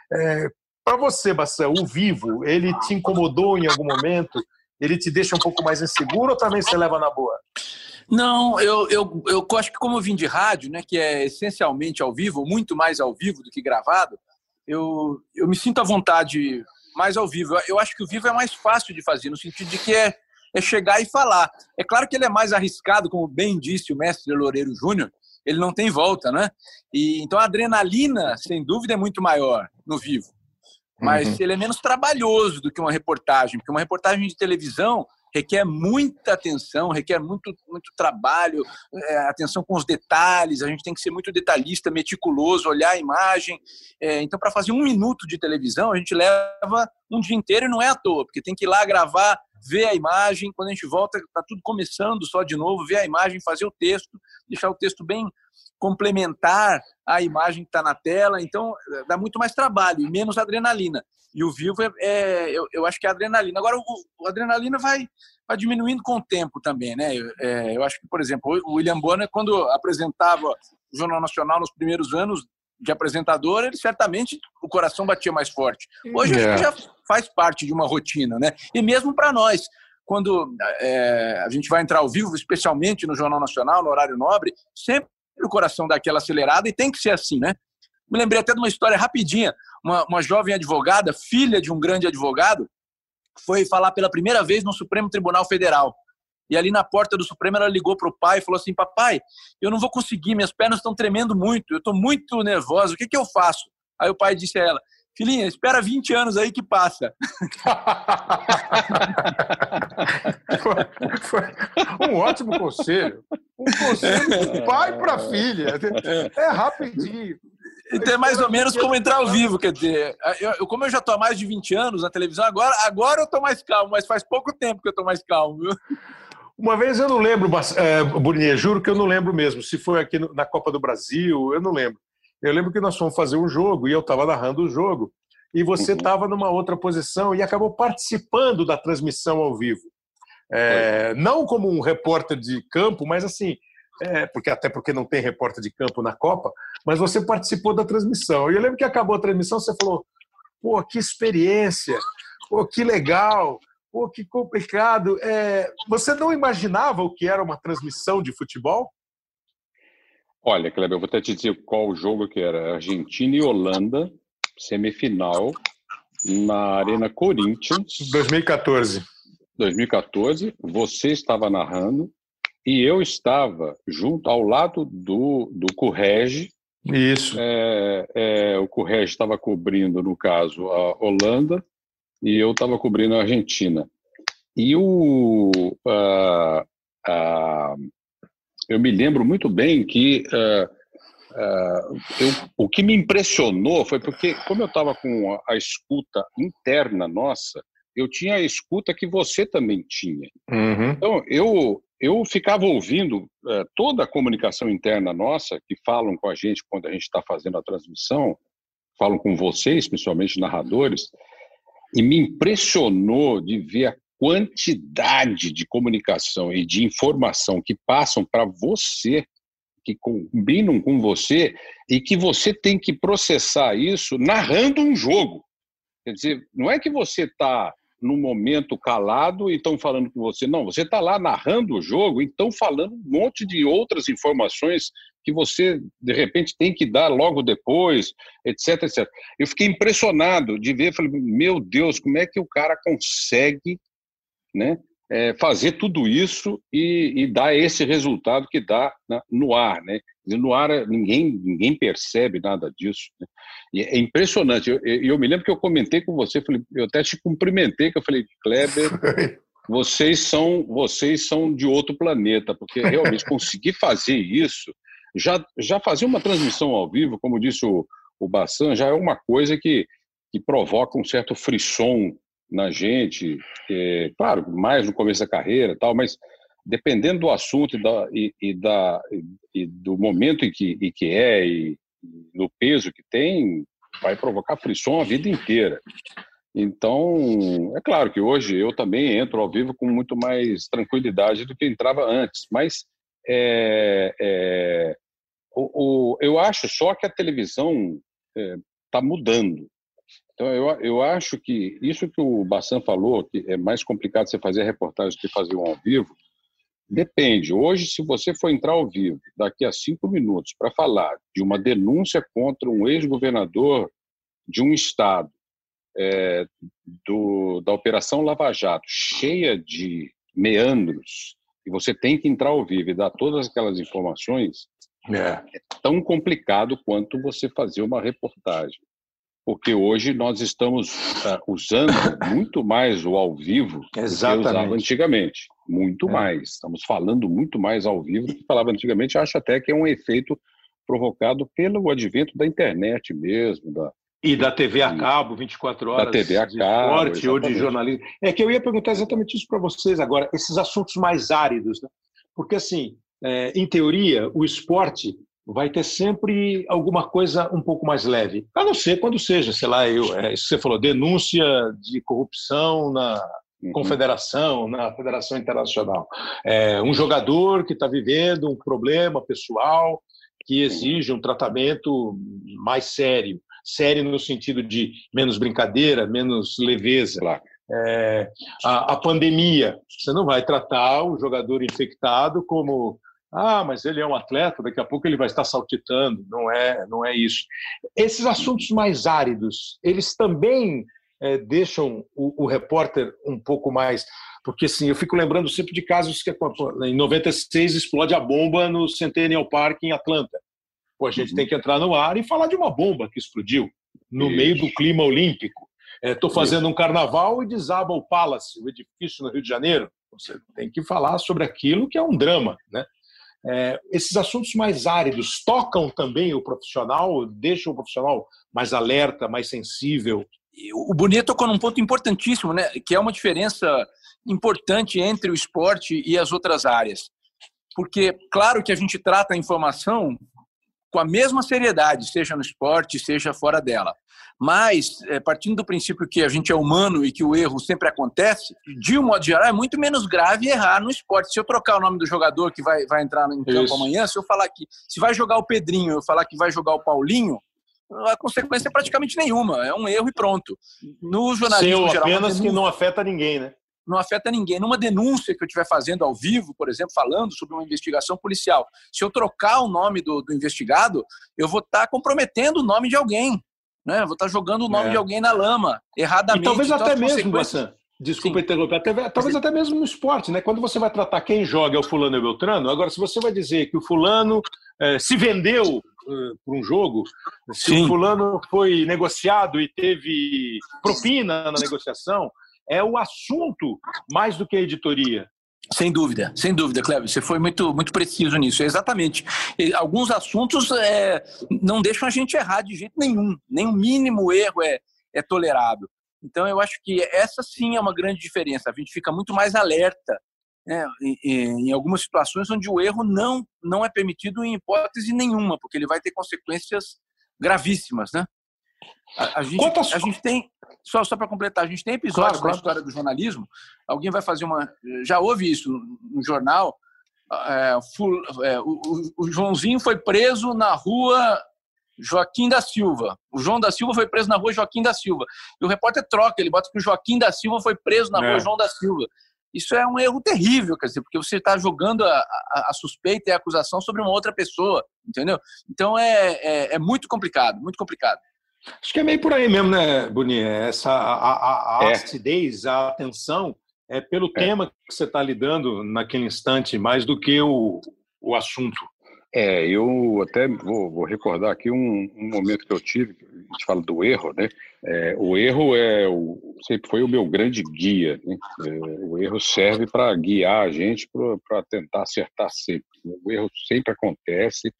Para você, Bassan, o vivo, ele te incomodou em algum momento? Ele te deixa um pouco mais inseguro ou também você leva na boa?
Não, eu acho que como eu vim de rádio, né, que é essencialmente ao vivo, muito mais ao vivo do que gravado, eu me sinto à vontade mais ao vivo. Eu acho que o vivo é mais fácil de fazer, no sentido de que é chegar e falar. É claro que ele é mais arriscado, como bem disse o mestre Loureiro Júnior, ele não tem volta, né? E, então a adrenalina, sem dúvida, é muito maior no vivo. Mas ele é menos trabalhoso do que uma reportagem, porque uma reportagem de televisão requer muita atenção, requer muito trabalho, atenção com os detalhes, a gente tem que ser muito detalhista, meticuloso, olhar a imagem. Então, para fazer 1 minuto de televisão, a gente leva um dia inteiro e não é à toa, porque tem que ir lá gravar, ver a imagem, quando a gente volta, está tudo começando só de novo, ver a imagem, fazer o texto, deixar o texto bem complementar a imagem que está na tela, então dá muito mais trabalho e menos adrenalina. E o vivo, eu acho que é adrenalina. Agora, o adrenalina vai diminuindo com o tempo também, né? Eu acho que, por exemplo, o William Bonner, quando apresentava Jornal Nacional nos primeiros anos de apresentador, ele certamente o coração batia mais forte. Hoje acho que já faz parte de uma rotina, né? E mesmo para nós, quando a gente vai entrar ao vivo, especialmente no Jornal Nacional, no horário nobre, sempre o coração dá aquela acelerada e tem que ser assim, né? Me lembrei até de uma história rapidinha. Uma jovem advogada, filha de um grande advogado, foi falar pela primeira vez no Supremo Tribunal Federal. E ali na porta do Supremo ela ligou para o pai e falou assim: papai, eu não vou conseguir, minhas pernas estão tremendo muito, eu estou muito nervosa, o que eu faço? Aí o pai disse a ela: filhinha, espera 20 anos aí que passa.
Foi um ótimo conselho. Um conselho de pai para filha. É rapidinho.
Então é mais ou menos como entrar ao vivo, quer dizer, como eu já estou há mais de 20 anos na televisão, agora eu estou mais calmo, mas faz pouco tempo que eu estou mais calmo, viu?
Uma vez eu não lembro, Burnier, juro que eu não lembro mesmo, se foi aqui na Copa do Brasil, eu não lembro. Eu lembro que nós fomos fazer um jogo e eu estava narrando o jogo e você estava numa outra posição e acabou participando da transmissão ao vivo. Não como um repórter de campo, mas assim, até porque não tem repórter de campo na Copa, mas você participou da transmissão. E eu lembro que acabou a transmissão, você falou: pô, que experiência, pô, que legal, pô, que complicado. Você não imaginava o que era uma transmissão de futebol?
Olha, Kleber, eu vou até te dizer qual o jogo que era. Argentina e Holanda, semifinal, na Arena Corinthians.
2014.
2014, você estava narrando e eu estava junto ao lado do Correge.
Isso.
O Correge estava cobrindo, no caso, a Holanda e eu estava cobrindo a Argentina. E eu me lembro muito bem que o que me impressionou foi porque, como eu estava com a escuta interna nossa, eu tinha a escuta que você também tinha.
Uhum.
Então, eu ficava ouvindo toda a comunicação interna nossa, que falam com a gente quando a gente está fazendo a transmissão, falam com vocês, principalmente narradores, e me impressionou de ver a quantidade de comunicação e de informação que passam para você, que combinam com você, e que você tem que processar isso narrando um jogo. Quer dizer, não é que você está num momento calado e estão falando com você. Não, você está lá narrando o jogo e estão falando um monte de outras informações que você, de repente, tem que dar logo depois, etc, etc. Eu fiquei impressionado de ver, falei, meu Deus, como é que o cara consegue, né, fazer tudo isso e dar esse resultado que dá no ar, né? No ar ninguém percebe nada disso, né? E é impressionante. Eu me lembro que eu comentei com você, falei, eu até te cumprimentei, que eu falei: Kleber, vocês são de outro planeta, porque realmente conseguir fazer isso, já fazer uma transmissão ao vivo, como disse o Bassan, já é uma coisa que provoca um certo frisson na gente, claro, mais no começo da carreira e tal, mas dependendo do assunto e do momento em que e do peso que tem, vai provocar frisson a vida inteira. Então, é claro que hoje eu também entro ao vivo com muito mais tranquilidade do que entrava antes, mas eu acho só que a televisão está mudando. Então, eu acho que isso que o Bassan falou, que é mais complicado você fazer a reportagem do que fazer um ao vivo, depende. Hoje, se você for entrar ao vivo daqui a 5 minutos para falar de uma denúncia contra um ex-governador de um estado, da Operação Lava Jato, cheia de meandros, e você tem que entrar ao vivo e dar todas aquelas informações, é tão complicado quanto você fazer uma reportagem. Porque hoje nós estamos usando muito mais o ao vivo do que usava antigamente. Muito mais. Estamos falando muito mais ao vivo do que falava antigamente. Acho até que é um efeito provocado pelo advento da internet mesmo.
E da TV a cabo, 24 horas.
Da TV a
de
cabo,
esporte ou de jornalismo. É que eu ia perguntar exatamente isso para vocês agora, esses assuntos mais áridos, né? Porque, assim, em teoria, o esporte vai ter sempre alguma coisa um pouco mais leve. A não ser quando seja, sei lá, isso que você falou, denúncia de corrupção na confederação, na Federação Internacional. Um jogador que está vivendo um problema pessoal que exige um tratamento mais sério. Sério no sentido de menos brincadeira, menos leveza.
Claro.
A pandemia, você não vai tratar o jogador infectado como mas ele é um atleta, daqui a pouco ele vai estar saltitando. Não é isso. Esses assuntos mais áridos, eles também deixam o repórter um pouco mais... Porque assim, eu fico lembrando sempre de casos que em 96 explode a bomba no Centennial Park em Atlanta. A gente tem que entrar no ar e falar de uma bomba que explodiu no meio do clima olímpico. Estou fazendo um carnaval e desaba o Palace, o edifício no Rio de Janeiro. Você tem que falar sobre aquilo que é um drama, né? Esses assuntos mais áridos tocam também o profissional, deixam o profissional mais alerta, mais sensível.
O Burnier tocou num ponto importantíssimo, né? Que é uma diferença importante entre o esporte e as outras áreas. Porque, claro que a gente trata a informação com a mesma seriedade, seja no esporte, seja fora dela. Mas, partindo do princípio que a gente é humano e que o erro sempre acontece, de um modo geral, é muito menos grave errar no esporte. Se eu trocar o nome do jogador que vai entrar em campo amanhã, se eu falar que se vai jogar o Pedrinho, eu falar que vai jogar o Paulinho, a consequência é praticamente nenhuma. É um erro e pronto. No jornalismo geral...
apenas que não afeta ninguém, né?
Não afeta ninguém. Numa denúncia que eu estiver fazendo ao vivo, por exemplo, falando sobre uma investigação policial, se eu trocar o nome do investigado, eu vou estar comprometendo o nome de alguém, né? Eu vou estar jogando o nome de alguém na lama, erradamente.
E talvez
então,
até mesmo, Bassan, desculpa interromper, talvez até mesmo no esporte, né? Quando você vai tratar quem joga é o fulano e o beltrano, agora se você vai dizer que o fulano se vendeu por um jogo, se o fulano foi negociado e teve propina na negociação, é o assunto mais do que a editoria.
Sem dúvida, Cléber. Você foi muito, muito preciso nisso. Exatamente. Alguns assuntos não deixam a gente errar de jeito nenhum. Nem o mínimo erro é tolerado. Então, eu acho que essa sim é uma grande diferença. A gente fica muito mais alerta, né, em algumas situações onde o erro não é permitido em hipótese nenhuma, porque ele vai ter consequências gravíssimas, né? A gente tem, só para completar, a gente tem episódios da história do jornalismo, alguém vai fazer já houve isso no jornal, o Joãozinho foi preso na rua Joaquim da Silva, o João da Silva foi preso na rua Joaquim da Silva, e o repórter troca, ele bota que o Joaquim da Silva foi preso na rua João da Silva. Isso é um erro terrível, quer dizer, porque você está jogando a suspeita e a acusação sobre uma outra pessoa, entendeu? Então é muito complicado, muito complicado.
Acho que é meio por aí mesmo, né, Burnier? A acidez, a atenção é pelo tema que você está lidando naquele instante, mais do que o assunto.
Eu até vou recordar aqui um momento que eu tive, a gente fala do erro, né? O erro sempre foi o meu grande guia, né? O erro serve para guiar a gente para tentar acertar sempre. O erro sempre acontece.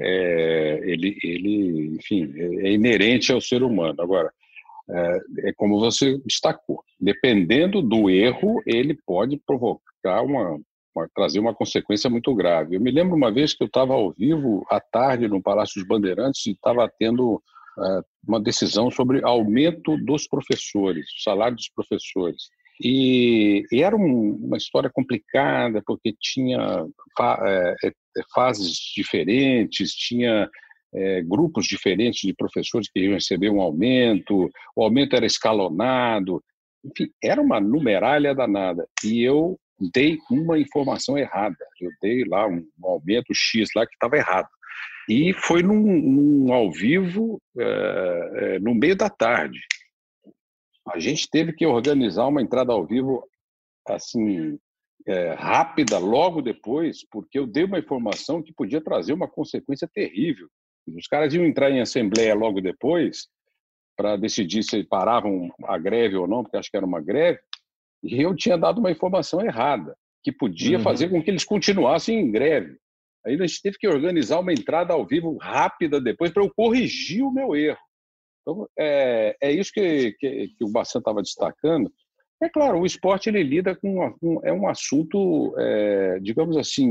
Ele, enfim, é inerente ao ser humano. Agora, é como você destacou, dependendo do erro, ele pode provocar trazer uma consequência muito grave. Eu me lembro uma vez que eu estava ao vivo à tarde no Palácio dos Bandeirantes e estava tendo uma decisão sobre aumento dos professores, o salário dos professores. E era uma história complicada, porque tinha fases diferentes, tinha grupos diferentes de professores que iam receber um aumento, o aumento era escalonado, enfim, era uma numeralha danada. E eu dei uma informação errada, eu dei lá um aumento X lá que estava errado. E foi num ao vivo, no meio da tarde. A gente teve que organizar uma entrada ao vivo assim, rápida logo depois, porque eu dei uma informação que podia trazer uma consequência terrível. Os caras iam entrar em assembleia logo depois para decidir se paravam a greve ou não, porque acho que era uma greve, e eu tinha dado uma informação errada, que podia fazer com que eles continuassem em greve. Aí a gente teve que organizar uma entrada ao vivo rápida depois para eu corrigir o meu erro. Então, é isso que o Bassan estava destacando. É claro, o esporte ele lida com um assunto, digamos assim,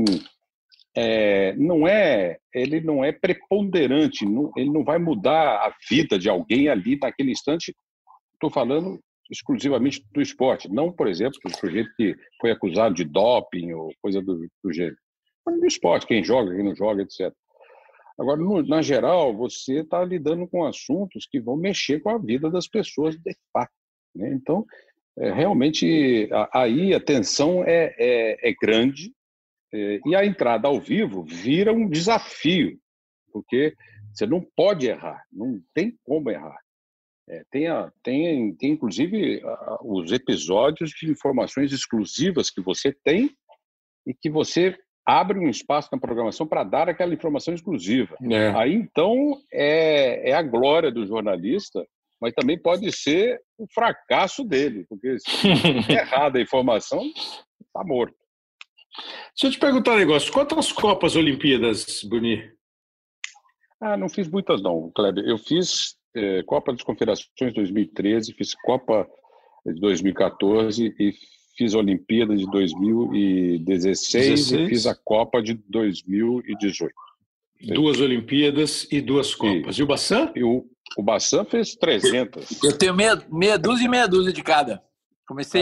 ele não é preponderante, ele não vai mudar a vida de alguém ali naquele instante. Estou falando exclusivamente do esporte, não, por exemplo, do sujeito que foi acusado de doping ou coisa do gênero. Mas do esporte, quem joga, quem não joga, etc. Agora, na geral, você está lidando com assuntos que vão mexer com a vida das pessoas de fato, né? Então, realmente, aí a tensão é grande, e a entrada ao vivo vira um desafio, porque você não pode errar, não tem como errar. Tem inclusive, os episódios de informações exclusivas que você tem e que você abre um espaço na programação para dar aquela informação exclusiva. Aí, então, é a glória do jornalista, mas também pode ser o fracasso dele, porque se errada a informação, está morto.
Deixa eu te perguntar um negócio. Quantas Copas Olimpíadas, Boni?
Não fiz muitas não, Kleber. Eu fiz Copa das Confederações 2013, fiz Copa de 2014 e fiz a Olimpíada de 2016 e fiz a Copa de 2018.
2 Olimpíadas e 2 Copas. E o Bassan?
O Bassan fez 300.
Eu tenho meia dúzia e meia dúzia de cada. Comecei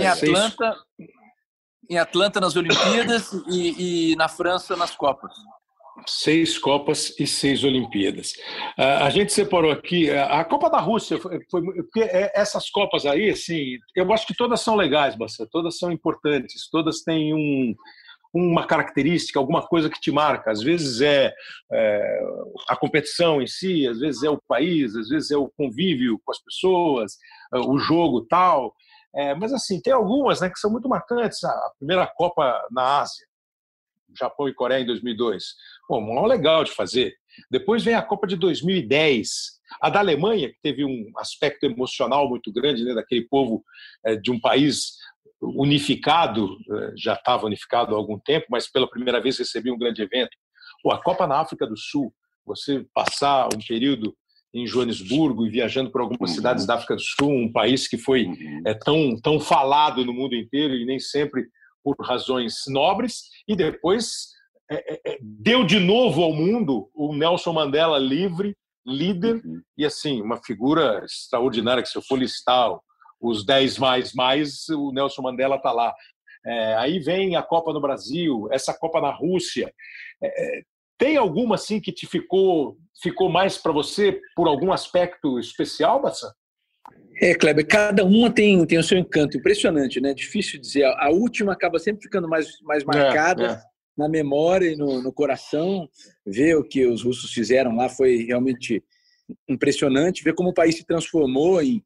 em Atlanta nas Olimpíadas e na França nas Copas.
6 Copas e 6 Olimpíadas. A gente separou aqui a Copa da Rússia, porque essas Copas aí, assim, eu acho que todas são legais, Bassan, todas são importantes, todas têm uma característica, alguma coisa que te marca. Às vezes a competição em si, às vezes é o país, às vezes é o convívio com as pessoas, o jogo tal. Mas assim, tem algumas, né, que são muito marcantes. A primeira Copa na Ásia, Japão e Coreia em 2002. Mó legal de fazer. Depois vem a Copa de 2010, a da Alemanha, que teve um aspecto emocional muito grande, né, daquele povo de um país unificado, já estava unificado há algum tempo, mas pela primeira vez recebia um grande evento. A Copa na África do Sul, você passar um período em Joanesburgo e viajando por algumas cidades da África do Sul, um país que foi tão falado no mundo inteiro e nem sempre por razões nobres, e depois deu de novo ao mundo o Nelson Mandela livre, líder, e assim, uma figura extraordinária, que se eu for listar os 10 mais, o Nelson Mandela está lá. Aí vem a Copa no Brasil, essa Copa na Rússia. Tem alguma assim que te ficou mais para você por algum aspecto especial, Bassan?
Kleber, cada uma tem o seu encanto, impressionante, né? Difícil dizer. A última acaba sempre ficando mais marcada na memória e no coração. Ver o que os russos fizeram lá foi realmente impressionante. Ver como o país se transformou em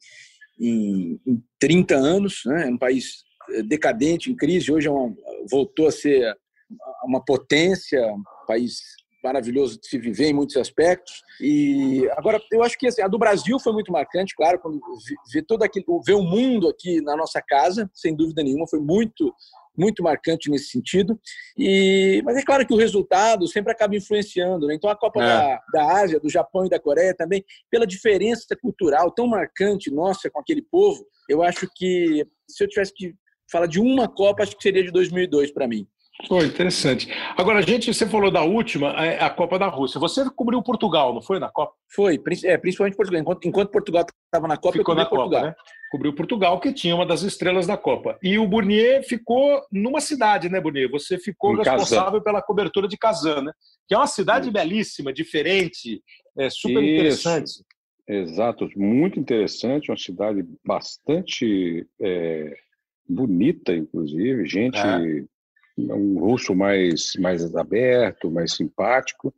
30 anos, né? Um país decadente, em crise. Hoje voltou a ser uma potência, um país maravilhoso de se viver em muitos aspectos. E agora eu acho que assim, a do Brasil foi muito marcante, claro, quando ver o mundo aqui na nossa casa, sem dúvida nenhuma, foi muito marcante nesse sentido. Mas é claro que o resultado sempre acaba influenciando, né? Então a Copa da Ásia, do Japão e da Coreia também, pela diferença cultural tão marcante nossa com aquele povo, eu acho que se eu tivesse que falar de uma Copa, acho que seria de 2002 para mim.
Interessante. Agora, você falou da última, a Copa da Rússia. Você cobriu Portugal, não foi, na Copa?
Foi, principalmente Portugal. Enquanto Portugal estava na Copa,
ficou
eu cobri
na
Portugal.
Copa, né? Cobriu Portugal, que tinha uma das estrelas da Copa. E o Burnier ficou numa cidade, né, Burnier? Você ficou responsável pela cobertura de Kazan, né? Que é uma cidade belíssima, diferente, super interessante.
Exato, muito interessante, uma cidade bastante bonita, inclusive, gente... um russo mais aberto, mais simpático,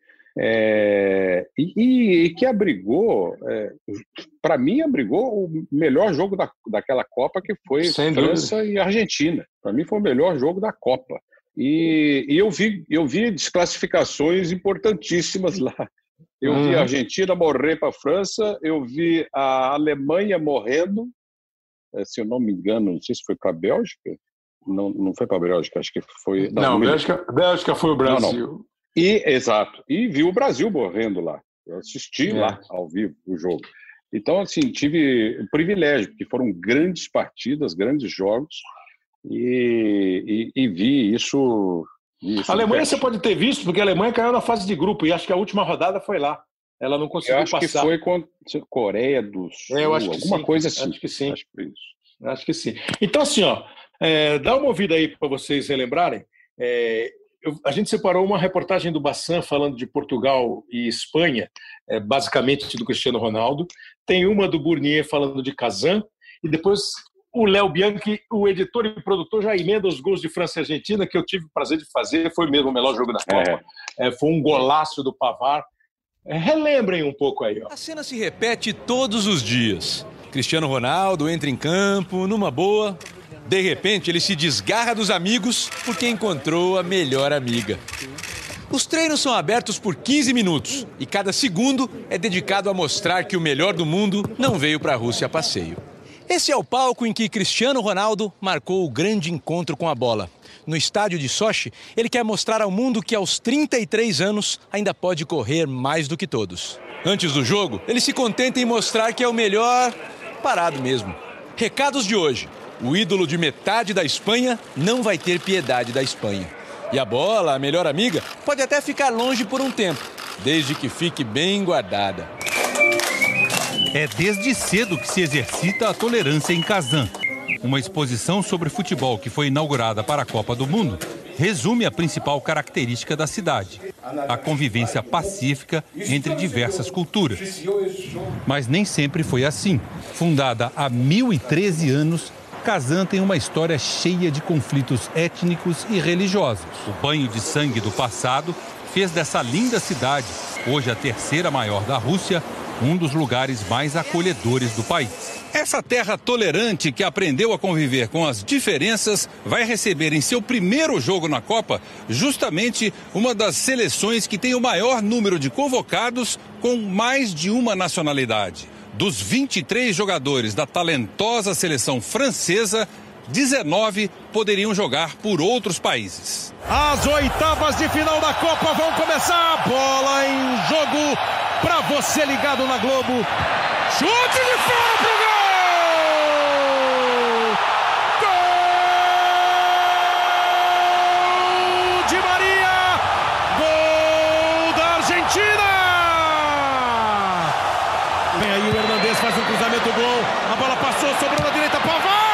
e que abrigou, para mim, abrigou o melhor jogo daquela Copa, que foi França e Argentina. Para mim, foi o melhor jogo da Copa. E eu vi desclassificações importantíssimas lá. Eu vi a Argentina morrer para a França, eu vi a Alemanha morrendo, se eu não me engano, não sei se foi para a Bélgica. Não foi para a Bélgica, acho que foi...
Bélgica foi o Brasil.
Não. Exato. E vi o Brasil morrendo lá. Eu assisti lá, ao vivo, o jogo. Então, assim, tive o privilégio, porque foram grandes partidas, grandes jogos, e vi isso...
A Alemanha você pode ter visto, porque a Alemanha caiu na fase de grupo, e acho que a última rodada foi lá. Ela não conseguiu passar.
Eu acho que foi contra a Coreia do Sul,
eu acho que
alguma coisa assim.
Acho que sim.
Acho que
sim. Então, assim, dá uma ouvida aí para vocês relembrarem. a gente separou uma reportagem do Bassan falando de Portugal e Espanha, basicamente do Cristiano Ronaldo. Tem uma do Burnier falando de Kazan. E depois o Léo Bianchi, o editor e produtor, já emenda os gols de França e Argentina, que eu tive o prazer de fazer. Foi mesmo o melhor jogo da Copa. Foi um golaço do Pavard. Relembrem um pouco aí. Ó.
A cena se repete todos os dias. Cristiano Ronaldo entra em campo, numa boa. De repente, ele se desgarra dos amigos porque encontrou a melhor amiga. Os treinos são abertos por 15 minutos e cada segundo é dedicado a mostrar que o melhor do mundo não veio para a Rússia a passeio. Esse é o palco em que Cristiano Ronaldo marcou o grande encontro com a bola. No estádio de Sochi, ele quer mostrar ao mundo que aos 33 anos ainda pode correr mais do que todos. Antes do jogo, ele se contenta em mostrar que é o melhor parado mesmo. Recados de hoje. O ídolo de metade da Espanha não vai ter piedade da Espanha. E a bola, a melhor amiga, pode até ficar longe por um tempo, desde que fique bem guardada.
É desde cedo que se exercita a tolerância em Kazan. Uma exposição sobre futebol que foi inaugurada para a Copa do Mundo resume a principal característica da cidade: a convivência pacífica entre diversas culturas. Mas nem sempre foi assim. Fundada há 1013 anos, Kazan tem uma história cheia de conflitos étnicos e religiosos. O banho de sangue do passado fez dessa linda cidade, hoje a terceira maior da Rússia, um dos lugares mais acolhedores do país. Essa terra tolerante que aprendeu a conviver com as diferenças vai receber em seu primeiro jogo na Copa justamente uma das seleções que tem o maior número de convocados com mais de uma nacionalidade. Dos 23 jogadores da talentosa seleção francesa, 19 poderiam jogar por outros países.
As oitavas de final da Copa vão começar. Bola em jogo para você ligado na Globo. Chute de fora pro gol! Gol de Maria! Gol da Argentina! Vem aí o Hernandez, faz um cruzamento, gol. A bola passou, sobrou na direita, Pavard!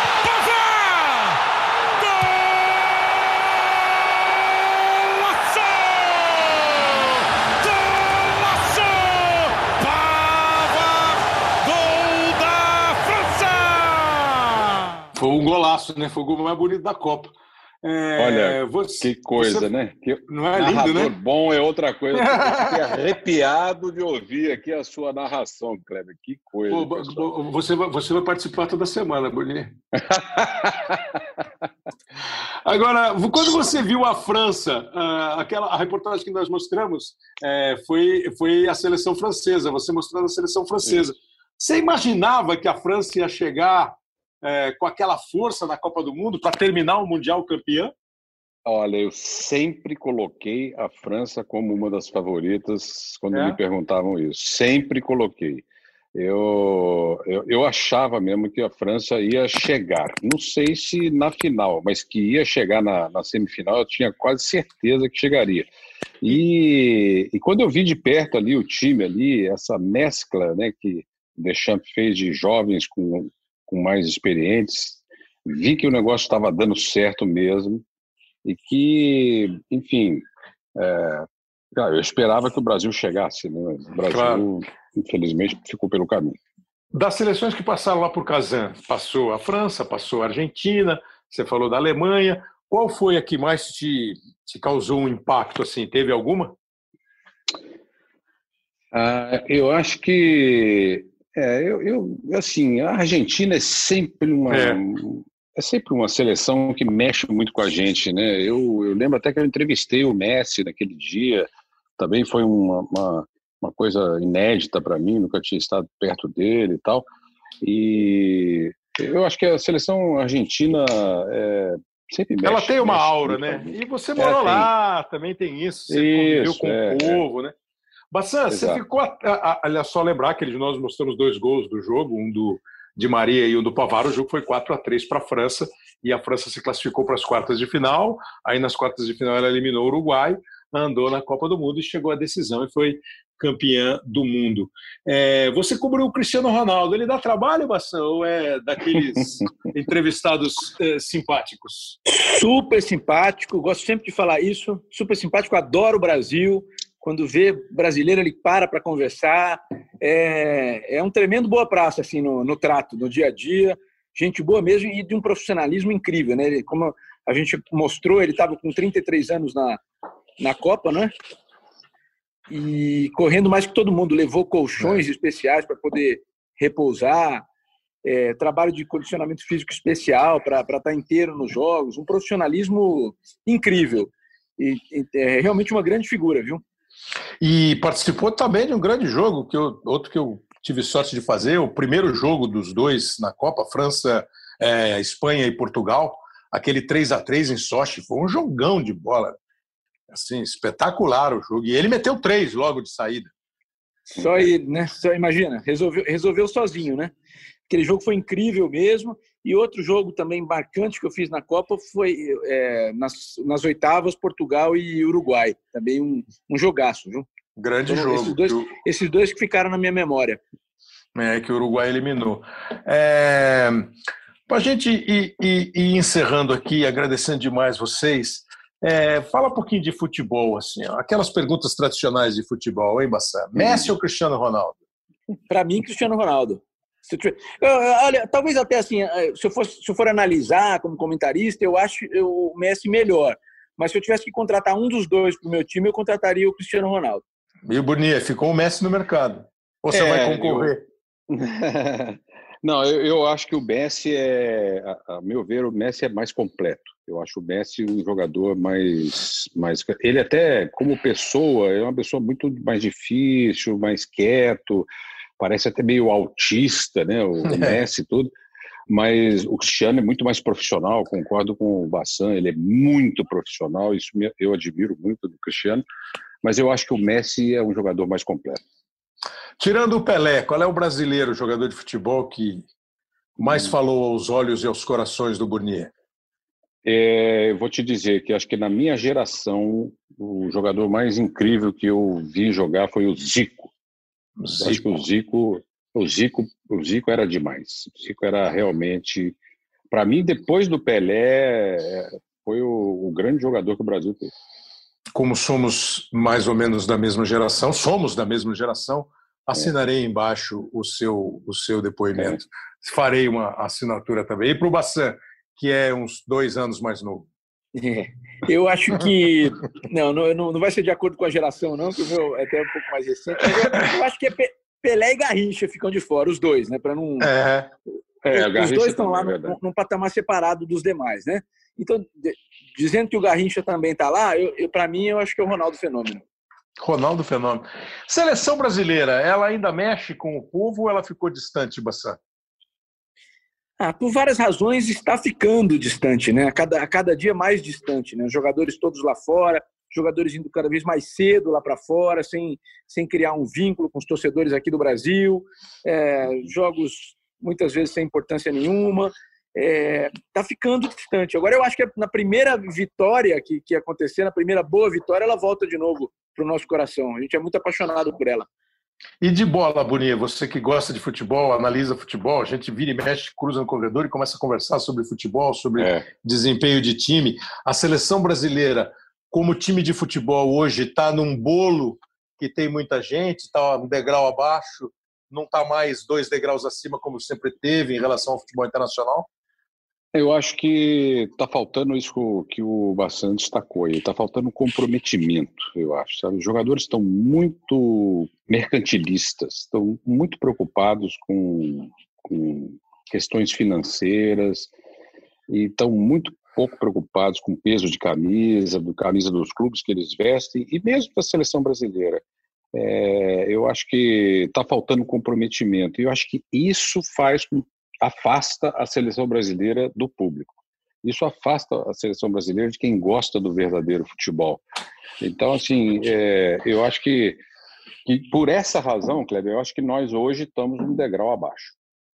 Foi um golaço, né? Foi o gol mais bonito da Copa.
Olha, que coisa, né?
Não é lindo, né?
Bom é outra coisa. Eu fiquei arrepiado de ouvir aqui a sua narração, Kleber. Que coisa.
Pô, você vai participar toda semana, Burnier. Agora, quando você viu a França, a reportagem que nós mostramos foi a seleção francesa, você mostrando a seleção francesa. Você imaginava que a França ia chegar com aquela força na Copa do Mundo para terminar o Mundial campeã?
Olha, eu sempre coloquei a França como uma das favoritas quando me perguntavam isso. Sempre coloquei. Eu achava mesmo que a França ia chegar. Não sei se na final, mas que ia chegar na semifinal, eu tinha quase certeza que chegaria. E quando eu vi de perto ali o time ali, essa mescla, né, que Deschamps fez de jovens com mais experientes, vi que o negócio estava dando certo mesmo e que, enfim, eu esperava que o Brasil chegasse, né? O Brasil, infelizmente, ficou pelo caminho.
Das seleções que passaram lá por Kazan, passou a França, passou a Argentina, você falou da Alemanha. Qual foi a que mais te causou um impacto? Assim? Teve alguma?
Eu acho que assim, a Argentina é sempre uma seleção que mexe muito com a gente, né? Eu lembro até que eu entrevistei o Messi naquele dia, também foi uma coisa inédita para mim, nunca tinha estado perto dele e tal, e eu acho que a seleção argentina sempre mexe.
Ela tem uma aura, né? E você morou lá, também tem isso, você conviveu com o povo, né? Bassan, você ficou... Olha só, lembrar que nós mostramos 2 gols do jogo, um do Di Maria e um do Pavard. O jogo foi 4-3 para a França, e a França se classificou para as quartas de final. Aí nas quartas de final ela eliminou o Uruguai, andou na Copa do Mundo e chegou à decisão, e foi campeã do mundo. Você cobriu o Cristiano Ronaldo. Ele dá trabalho, Bassan, ou é daqueles entrevistados simpáticos?
Super simpático, gosto sempre de falar isso. Super simpático, adoro o Brasil. Quando vê brasileiro, ele para conversar. É um tremendo boa praça assim, no trato, no dia a dia. Gente boa mesmo e de um profissionalismo incrível, né? Ele, como a gente mostrou, ele estava com 33 anos na Copa, né? E correndo mais que todo mundo, levou colchões especiais para poder repousar, trabalho de condicionamento físico especial para estar inteiro nos jogos, um profissionalismo incrível. E é realmente uma grande figura, viu?
E participou também de um grande jogo, outro que eu tive sorte de fazer, o primeiro jogo dos dois na Copa, França, Espanha e Portugal, aquele 3-3 em Sochi, foi um jogão de bola. Assim, espetacular o jogo. E ele meteu 3 logo de saída.
Só ele, né? Só imagina, resolveu sozinho, né? Aquele jogo foi incrível mesmo. E outro jogo também marcante que eu fiz na Copa foi nas oitavas, Portugal e Uruguai. Também um jogaço, viu?
Grande
então,
jogo.
Esses dois que ficaram na minha memória.
Que o Uruguai eliminou. Para a gente ir encerrando aqui, agradecendo demais vocês, fala um pouquinho de futebol, assim, aquelas perguntas tradicionais de futebol, hein, Bassan? Messi ou Cristiano Ronaldo?
Para mim, Cristiano Ronaldo. Olha, talvez até assim, se eu for analisar como comentarista, eu acho o Messi melhor. Mas se eu tivesse que contratar um dos dois para o meu time, eu contrataria o Cristiano Ronaldo.
E Burnier, ficou o Messi no mercado. Ou você vai concorrer?
Não, eu acho que o Messi a meu ver, o Messi é mais completo. Eu acho o Messi um jogador mais... Ele até, como pessoa, é uma pessoa muito mais difícil, mais quieto, parece até meio autista, né? O Messi e tudo. Mas o Cristiano é muito mais profissional, concordo com o Bassan, ele é muito profissional, isso eu admiro muito do Cristiano, mas eu acho que o Messi é um jogador mais completo.
Tirando o Pelé, qual é o brasileiro jogador de futebol que mais falou aos olhos e aos corações do Burnier?
Eu vou te dizer que acho que na minha geração o jogador mais incrível que eu vi jogar foi o Zico. Acho que o Zico era demais. O Zico era realmente, para mim, depois do Pelé, foi o grande jogador que o Brasil teve.
Como somos mais ou menos da mesma geração, assinarei embaixo o seu depoimento. Farei uma assinatura também. E para o Bassan, que é uns 2 anos mais novo.
Eu acho que... Não vai ser de acordo com a geração, não, que o meu é até um pouco mais recente. Mas eu acho que Pelé e Garrincha ficam de fora, os dois, né? Para não... os dois estão lá num patamar separado dos demais, né? Então, dizendo que o Garrincha também está lá, para mim, eu acho que é o Ronaldo Fenômeno.
Ronaldo Fenômeno. Seleção brasileira, ela ainda mexe com o povo ou ela ficou distante, Bassan?
Por várias razões está ficando distante, né? A cada dia mais distante, né? Os jogadores todos lá fora, jogadores indo cada vez mais cedo lá para fora, sem criar um vínculo com os torcedores aqui do Brasil, jogos muitas vezes sem importância nenhuma, está ficando distante. Agora eu acho que na primeira vitória que acontecer, na primeira boa vitória, ela volta de novo para o nosso coração. A gente é muito apaixonado por ela.
E de bola, Burnier, você que gosta de futebol, analisa futebol, a gente vira e mexe, cruza no corredor e começa a conversar sobre futebol, sobre desempenho de time. A seleção brasileira, como time de futebol hoje, está num bolo que tem muita gente, está um degrau abaixo, não está mais 2 degraus acima como sempre teve em relação ao futebol internacional?
Eu acho que está faltando isso que o Bassan destacou, está faltando comprometimento, eu acho. Sabe? Os jogadores estão muito mercantilistas, estão muito preocupados com questões financeiras e estão muito pouco preocupados com o peso de camisa dos clubes que eles vestem e mesmo da seleção brasileira. Eu acho que está faltando comprometimento e eu acho que isso afasta a seleção brasileira do público. Isso afasta a seleção brasileira de quem gosta do verdadeiro futebol. Então, assim, eu acho que por essa razão, Kleber, eu acho que nós hoje estamos um degrau abaixo.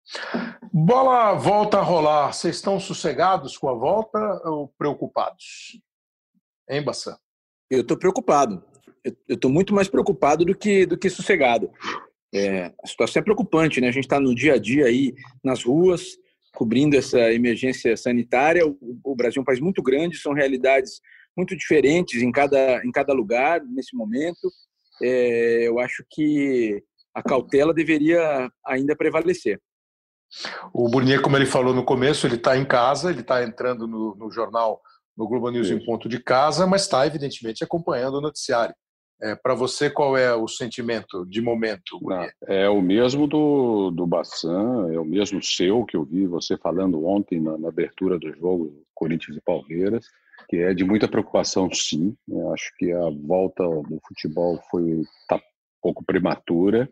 Bola volta a rolar. Vocês estão sossegados com a volta ou preocupados? Hein, Bassan?
Eu estou preocupado. Eu estou muito mais preocupado do que sossegado. A situação é preocupante, né? A gente está no dia a dia aí nas ruas, cobrindo essa emergência sanitária. O Brasil é um país muito grande, são realidades muito diferentes em cada lugar nesse momento. Eu acho que a cautela deveria ainda prevalecer.
O Burnier, como ele falou no começo, ele está em casa, ele está entrando no jornal, no Globo News em ponto de casa, mas está, evidentemente, acompanhando o noticiário. Para você, qual é o sentimento de momento, Burnier?
É o mesmo do Bassan, é o mesmo seu, que eu vi você falando ontem na abertura do jogo Corinthians e Palmeiras, que é de muita preocupação, sim. Eu acho que a volta do futebol está um pouco prematura.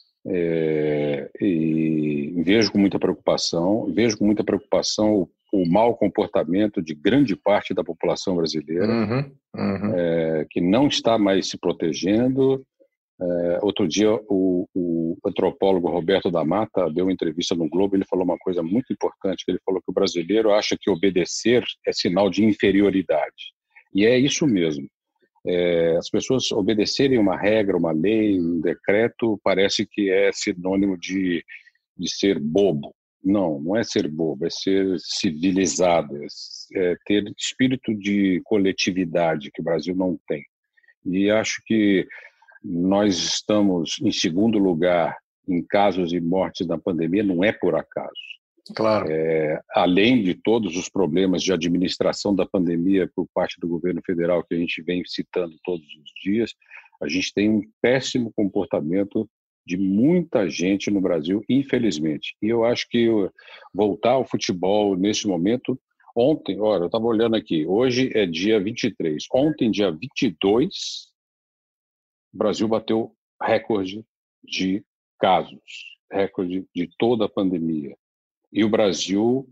E vejo com muita preocupação o mau comportamento de grande parte da população brasileira, que não está mais se protegendo. Outro dia o antropólogo Roberto da Mata deu uma entrevista no Globo, ele falou uma coisa muito importante, ele falou que o brasileiro acha que obedecer é sinal de inferioridade, e é isso mesmo. As pessoas obedecerem uma regra, uma lei, um decreto, parece que é sinônimo de ser bobo. Não é ser bobo, é ser civilizado, é ter espírito de coletividade que o Brasil não tem. E acho que nós estamos em segundo lugar em casos e mortes da pandemia, não é por acaso.
Claro.
Além de todos os problemas de administração da pandemia por parte do governo federal que a gente vem citando todos os dias, a gente tem um péssimo comportamento de muita gente no Brasil, infelizmente. E eu acho que voltar ao futebol nesse momento, ontem, olha, eu estava olhando aqui, hoje é dia 23, ontem, dia 22, o Brasil bateu recorde de casos, recorde de toda a pandemia. E o Brasil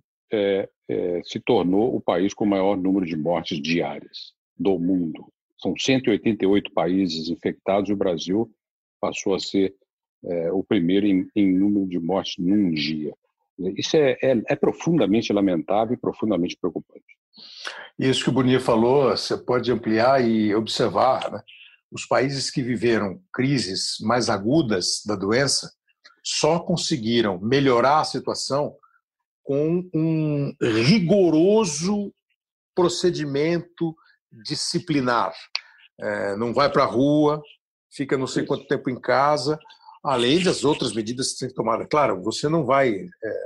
se tornou o país com o maior número de mortes diárias do mundo. São 188 países infectados e o Brasil passou a ser o primeiro em número de mortes num dia. Isso é profundamente lamentável e profundamente preocupante.
Isso que o Burnier falou, você pode ampliar e observar, né? Os países que viveram crises mais agudas da doença só conseguiram melhorar a situação com um rigoroso procedimento disciplinar. Não vai para a rua, fica não sei quanto tempo em casa, além das outras medidas que tem que tomar. Claro, você não vai...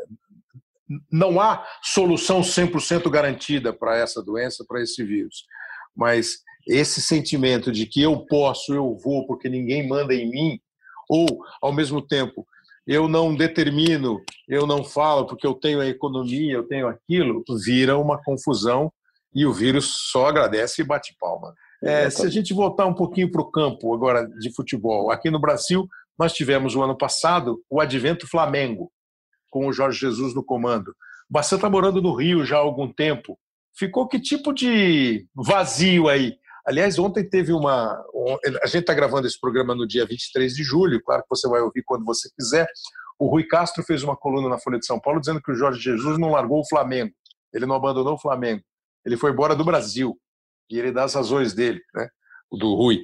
não há solução 100% garantida para essa doença, para esse vírus, mas esse sentimento de que eu posso, eu vou, porque ninguém manda em mim, ou, ao mesmo tempo, eu não determino, eu não falo porque eu tenho a economia, eu tenho aquilo, vira uma confusão e o vírus só agradece e bate palma. Se a gente voltar um pouquinho para o campo agora de futebol, aqui no Brasil nós tivemos o ano passado o Advento Flamengo, com o Jorge Jesus no comando. O Bassan está morando no Rio já há algum tempo. Ficou que tipo de vazio aí? Aliás, ontem teve a gente está gravando esse programa no dia 23 de julho, claro que você vai ouvir quando você quiser. O Rui Castro fez uma coluna na Folha de São Paulo dizendo que o Jorge Jesus não largou o Flamengo, ele não abandonou o Flamengo, ele foi embora do Brasil, e ele dá as razões dele, né? O do Rui,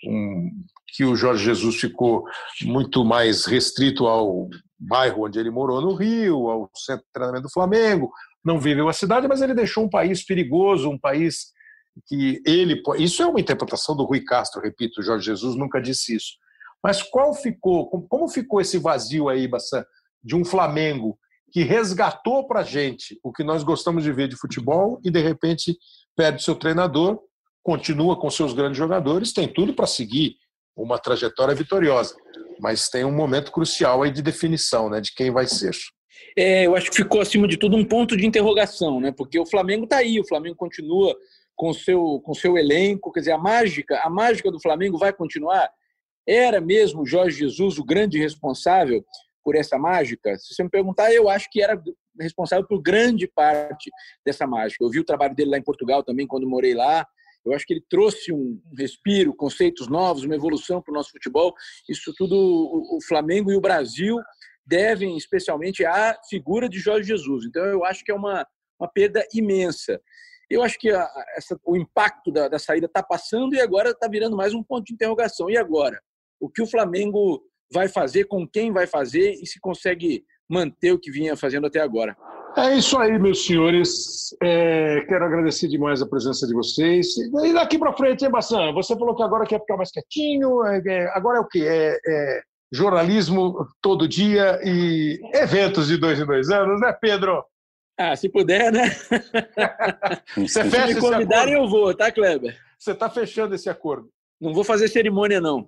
que o Jorge Jesus ficou muito mais restrito ao bairro onde ele morou no Rio, ao centro de treinamento do Flamengo, não viveu a cidade, mas ele deixou um país perigoso, um país que ele... Isso é uma interpretação do Rui Castro, repito, o Jorge Jesus nunca disse isso. Mas como ficou esse vazio aí, Bassan, de um Flamengo que resgatou para a gente o que nós gostamos de ver de futebol e, de repente, perde seu treinador, continua com seus grandes jogadores, tem tudo para seguir uma trajetória vitoriosa, mas tem um momento crucial aí de definição, né, de quem vai ser.
Eu acho que ficou, acima de tudo, um ponto de interrogação, né? Porque o Flamengo está aí, o Flamengo continua com seu elenco, quer dizer, a mágica do Flamengo vai continuar? Era mesmo o Jorge Jesus o grande responsável por essa mágica? Se você me perguntar, eu acho que era responsável por grande parte dessa mágica. Eu vi o trabalho dele lá em Portugal também, quando morei lá. Eu acho que ele trouxe um respiro, conceitos novos, uma evolução para o nosso futebol. Isso tudo o Flamengo e o Brasil devem especialmente à figura de Jorge Jesus. Então, eu acho que é uma perda imensa. Eu acho que o impacto da saída está passando e agora está virando mais um ponto de interrogação. E agora? O que o Flamengo vai fazer, com quem vai fazer e se consegue manter o que vinha fazendo até agora?
É isso aí, meus senhores. Quero agradecer demais a presença de vocês. E daqui para frente, hein, Bassan? Você falou que agora quer ficar mais quietinho. Agora é o quê? Jornalismo todo dia e eventos de 2 em 2 anos, né, Pedro?
Se puder, né?
Você fecha
se me convidarem, eu vou, tá, Kleber?
Você está fechando esse acordo.
Não vou fazer cerimônia, não.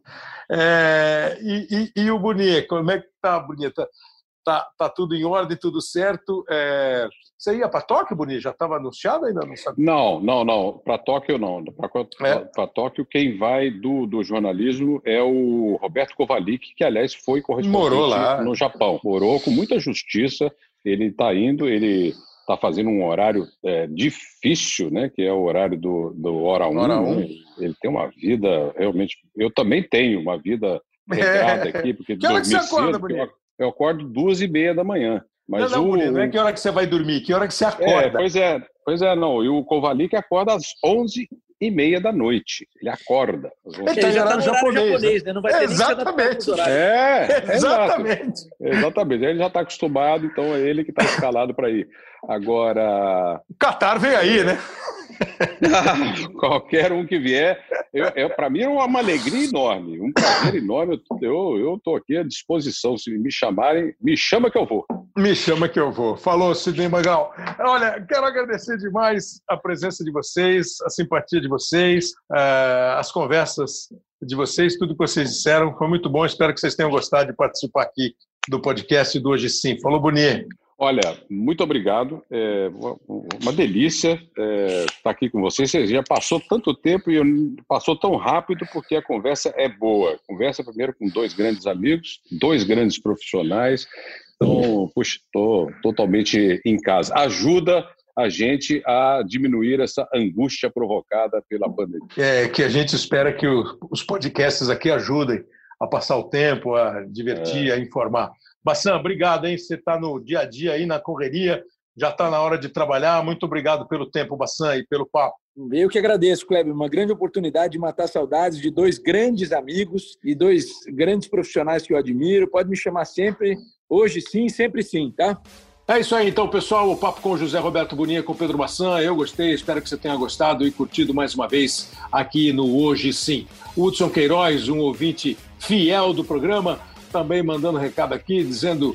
E o Bonier? Como é que tá, Bonier? Tá tudo em ordem, tudo certo? Você ia para Tóquio, Bonier? Já estava anunciado ainda? Não sabia?
Não. Para Tóquio, não. Para Tóquio, quem vai do jornalismo é o Roberto Kovalik, que, aliás, foi correspondente no Japão. Morou com muita justiça. Ele está indo, ele está fazendo um horário difícil, né? Que é o horário do Hora 1. Né? Ele tem uma vida realmente... Eu também tenho uma vida regrada aqui. Porque
que hora que você acorda, Bonier?
Eu acordo 2h30 da manhã. Mas
Bonier, não é que hora que você vai dormir, que hora que você acorda.
Pois é, não. E o Kovalik acorda às 11h30 da noite. Ele acorda.
Ele já está no japonês, né? Não vai ter
exatamente.
Exatamente. Exatamente. Ele já está acostumado, então é ele que está escalado para ir. Agora...
O Qatar vem aí, né?
Qualquer um que vier, para mim é uma alegria enorme, um prazer enorme. Eu estou aqui à disposição. Se me chamarem, me chama que eu vou.
Me chama que eu vou. Falou, Sidney Magal. Olha, quero agradecer demais a presença de vocês, a simpatia de vocês, as conversas de vocês, tudo que vocês disseram. Foi muito bom. Espero que vocês tenham gostado de participar aqui do podcast do Hoje Sim. Falou, Bonier.
Olha, muito obrigado. Uma delícia estar aqui com vocês. Você já passou tanto tempo e passou tão rápido porque a conversa é boa. Conversa primeiro com 2 grandes amigos, 2 grandes profissionais. Então, puxa, estou totalmente em casa. Ajuda a gente a diminuir essa angústia provocada pela pandemia.
Que a gente espera que os podcasts aqui ajudem a passar o tempo, a divertir, a informar. Bassan, obrigado, hein? Você está no dia a dia aí, na correria, já está na hora de trabalhar. Muito obrigado pelo tempo, Bassan, e pelo papo.
Eu que agradeço, Kleber. Uma grande oportunidade de matar saudades de 2 grandes amigos e 2 grandes profissionais que eu admiro. Pode me chamar sempre, hoje sim, sempre sim, tá?
É isso aí, então, pessoal. O papo com o José Roberto Bonier, com o Pedro Bassan. Eu gostei, espero que você tenha gostado e curtido mais uma vez aqui no Hoje Sim. O Hudson Queiroz, um ouvinte fiel do programa, também mandando recado aqui, dizendo...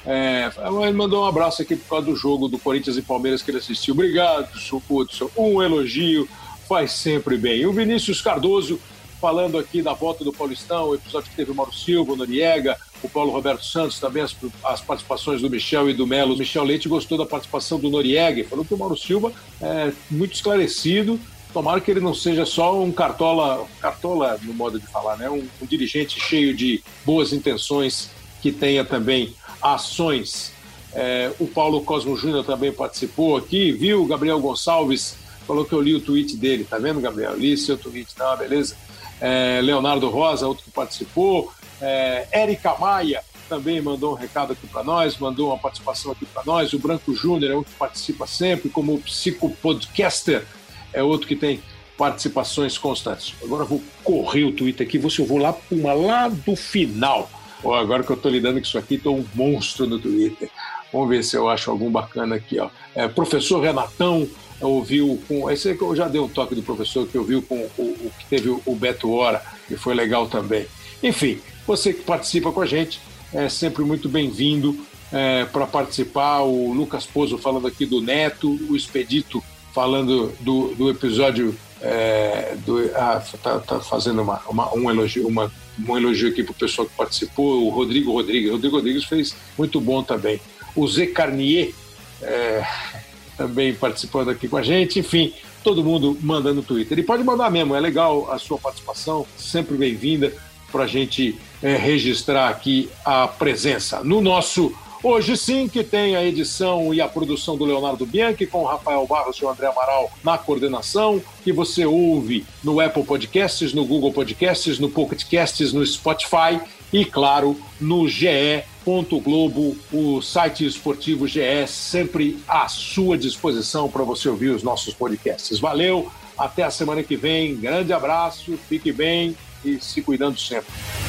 ele mandou um abraço aqui por causa do jogo do Corinthians e Palmeiras que ele assistiu. Obrigado, Hudson. Um elogio faz sempre bem. E o Vinícius Cardoso, falando aqui da volta do Paulistão, o episódio que teve o Mauro Silva, o Noriega, o Paulo Roberto Santos, também as participações do Michel e do Melo. O Michel Leite gostou da participação do Noriega, falou que o Mauro Silva é muito esclarecido. Tomara que ele não seja só um cartola no modo de falar, né? Um dirigente cheio de boas intenções, que tenha também ações. O Paulo Cosmo Júnior também participou aqui, viu? O Gabriel Gonçalves falou que eu li o tweet dele, tá vendo, Gabriel? Li seu tweet, tá, beleza? Leonardo Rosa, outro que participou. Érica Maia também mandou um recado aqui para nós, mandou uma participação aqui para nós. O Branco Júnior é um que participa sempre, como psicopodcaster, é outro que tem participações constantes. Agora eu vou correr o Twitter aqui, eu vou lá do final. Agora que eu estou lidando com isso aqui, estou um monstro no Twitter. Vamos ver se eu acho algum bacana aqui. Professor Renatão ouviu com... Esse aí que eu já dei um toque do professor, que ouviu com o que teve o Beto Hora, que foi legal também. Enfim, você que participa com a gente é sempre muito bem-vindo para participar. O Lucas Pozo falando aqui do Neto, o Expedito falando do episódio tá fazendo um elogio aqui para o pessoal que participou. O Rodrigo Rodrigues fez muito bom também. O Zé Carnier também participando aqui com a gente. Enfim, todo mundo mandando no Twitter. E pode mandar mesmo, é legal a sua participação, sempre bem-vinda para a gente registrar aqui a presença no nosso Hoje Sim, que tem a edição e a produção do Leonardo Bianchi, com o Rafael Barros e o André Amaral na coordenação, que você ouve no Apple Podcasts, no Google Podcasts, no Pocket Casts, no Spotify e, claro, no GE Globo, o site esportivo GE, sempre à sua disposição para você ouvir os nossos podcasts. Valeu, até a semana que vem, grande abraço, fique bem e se cuidando sempre.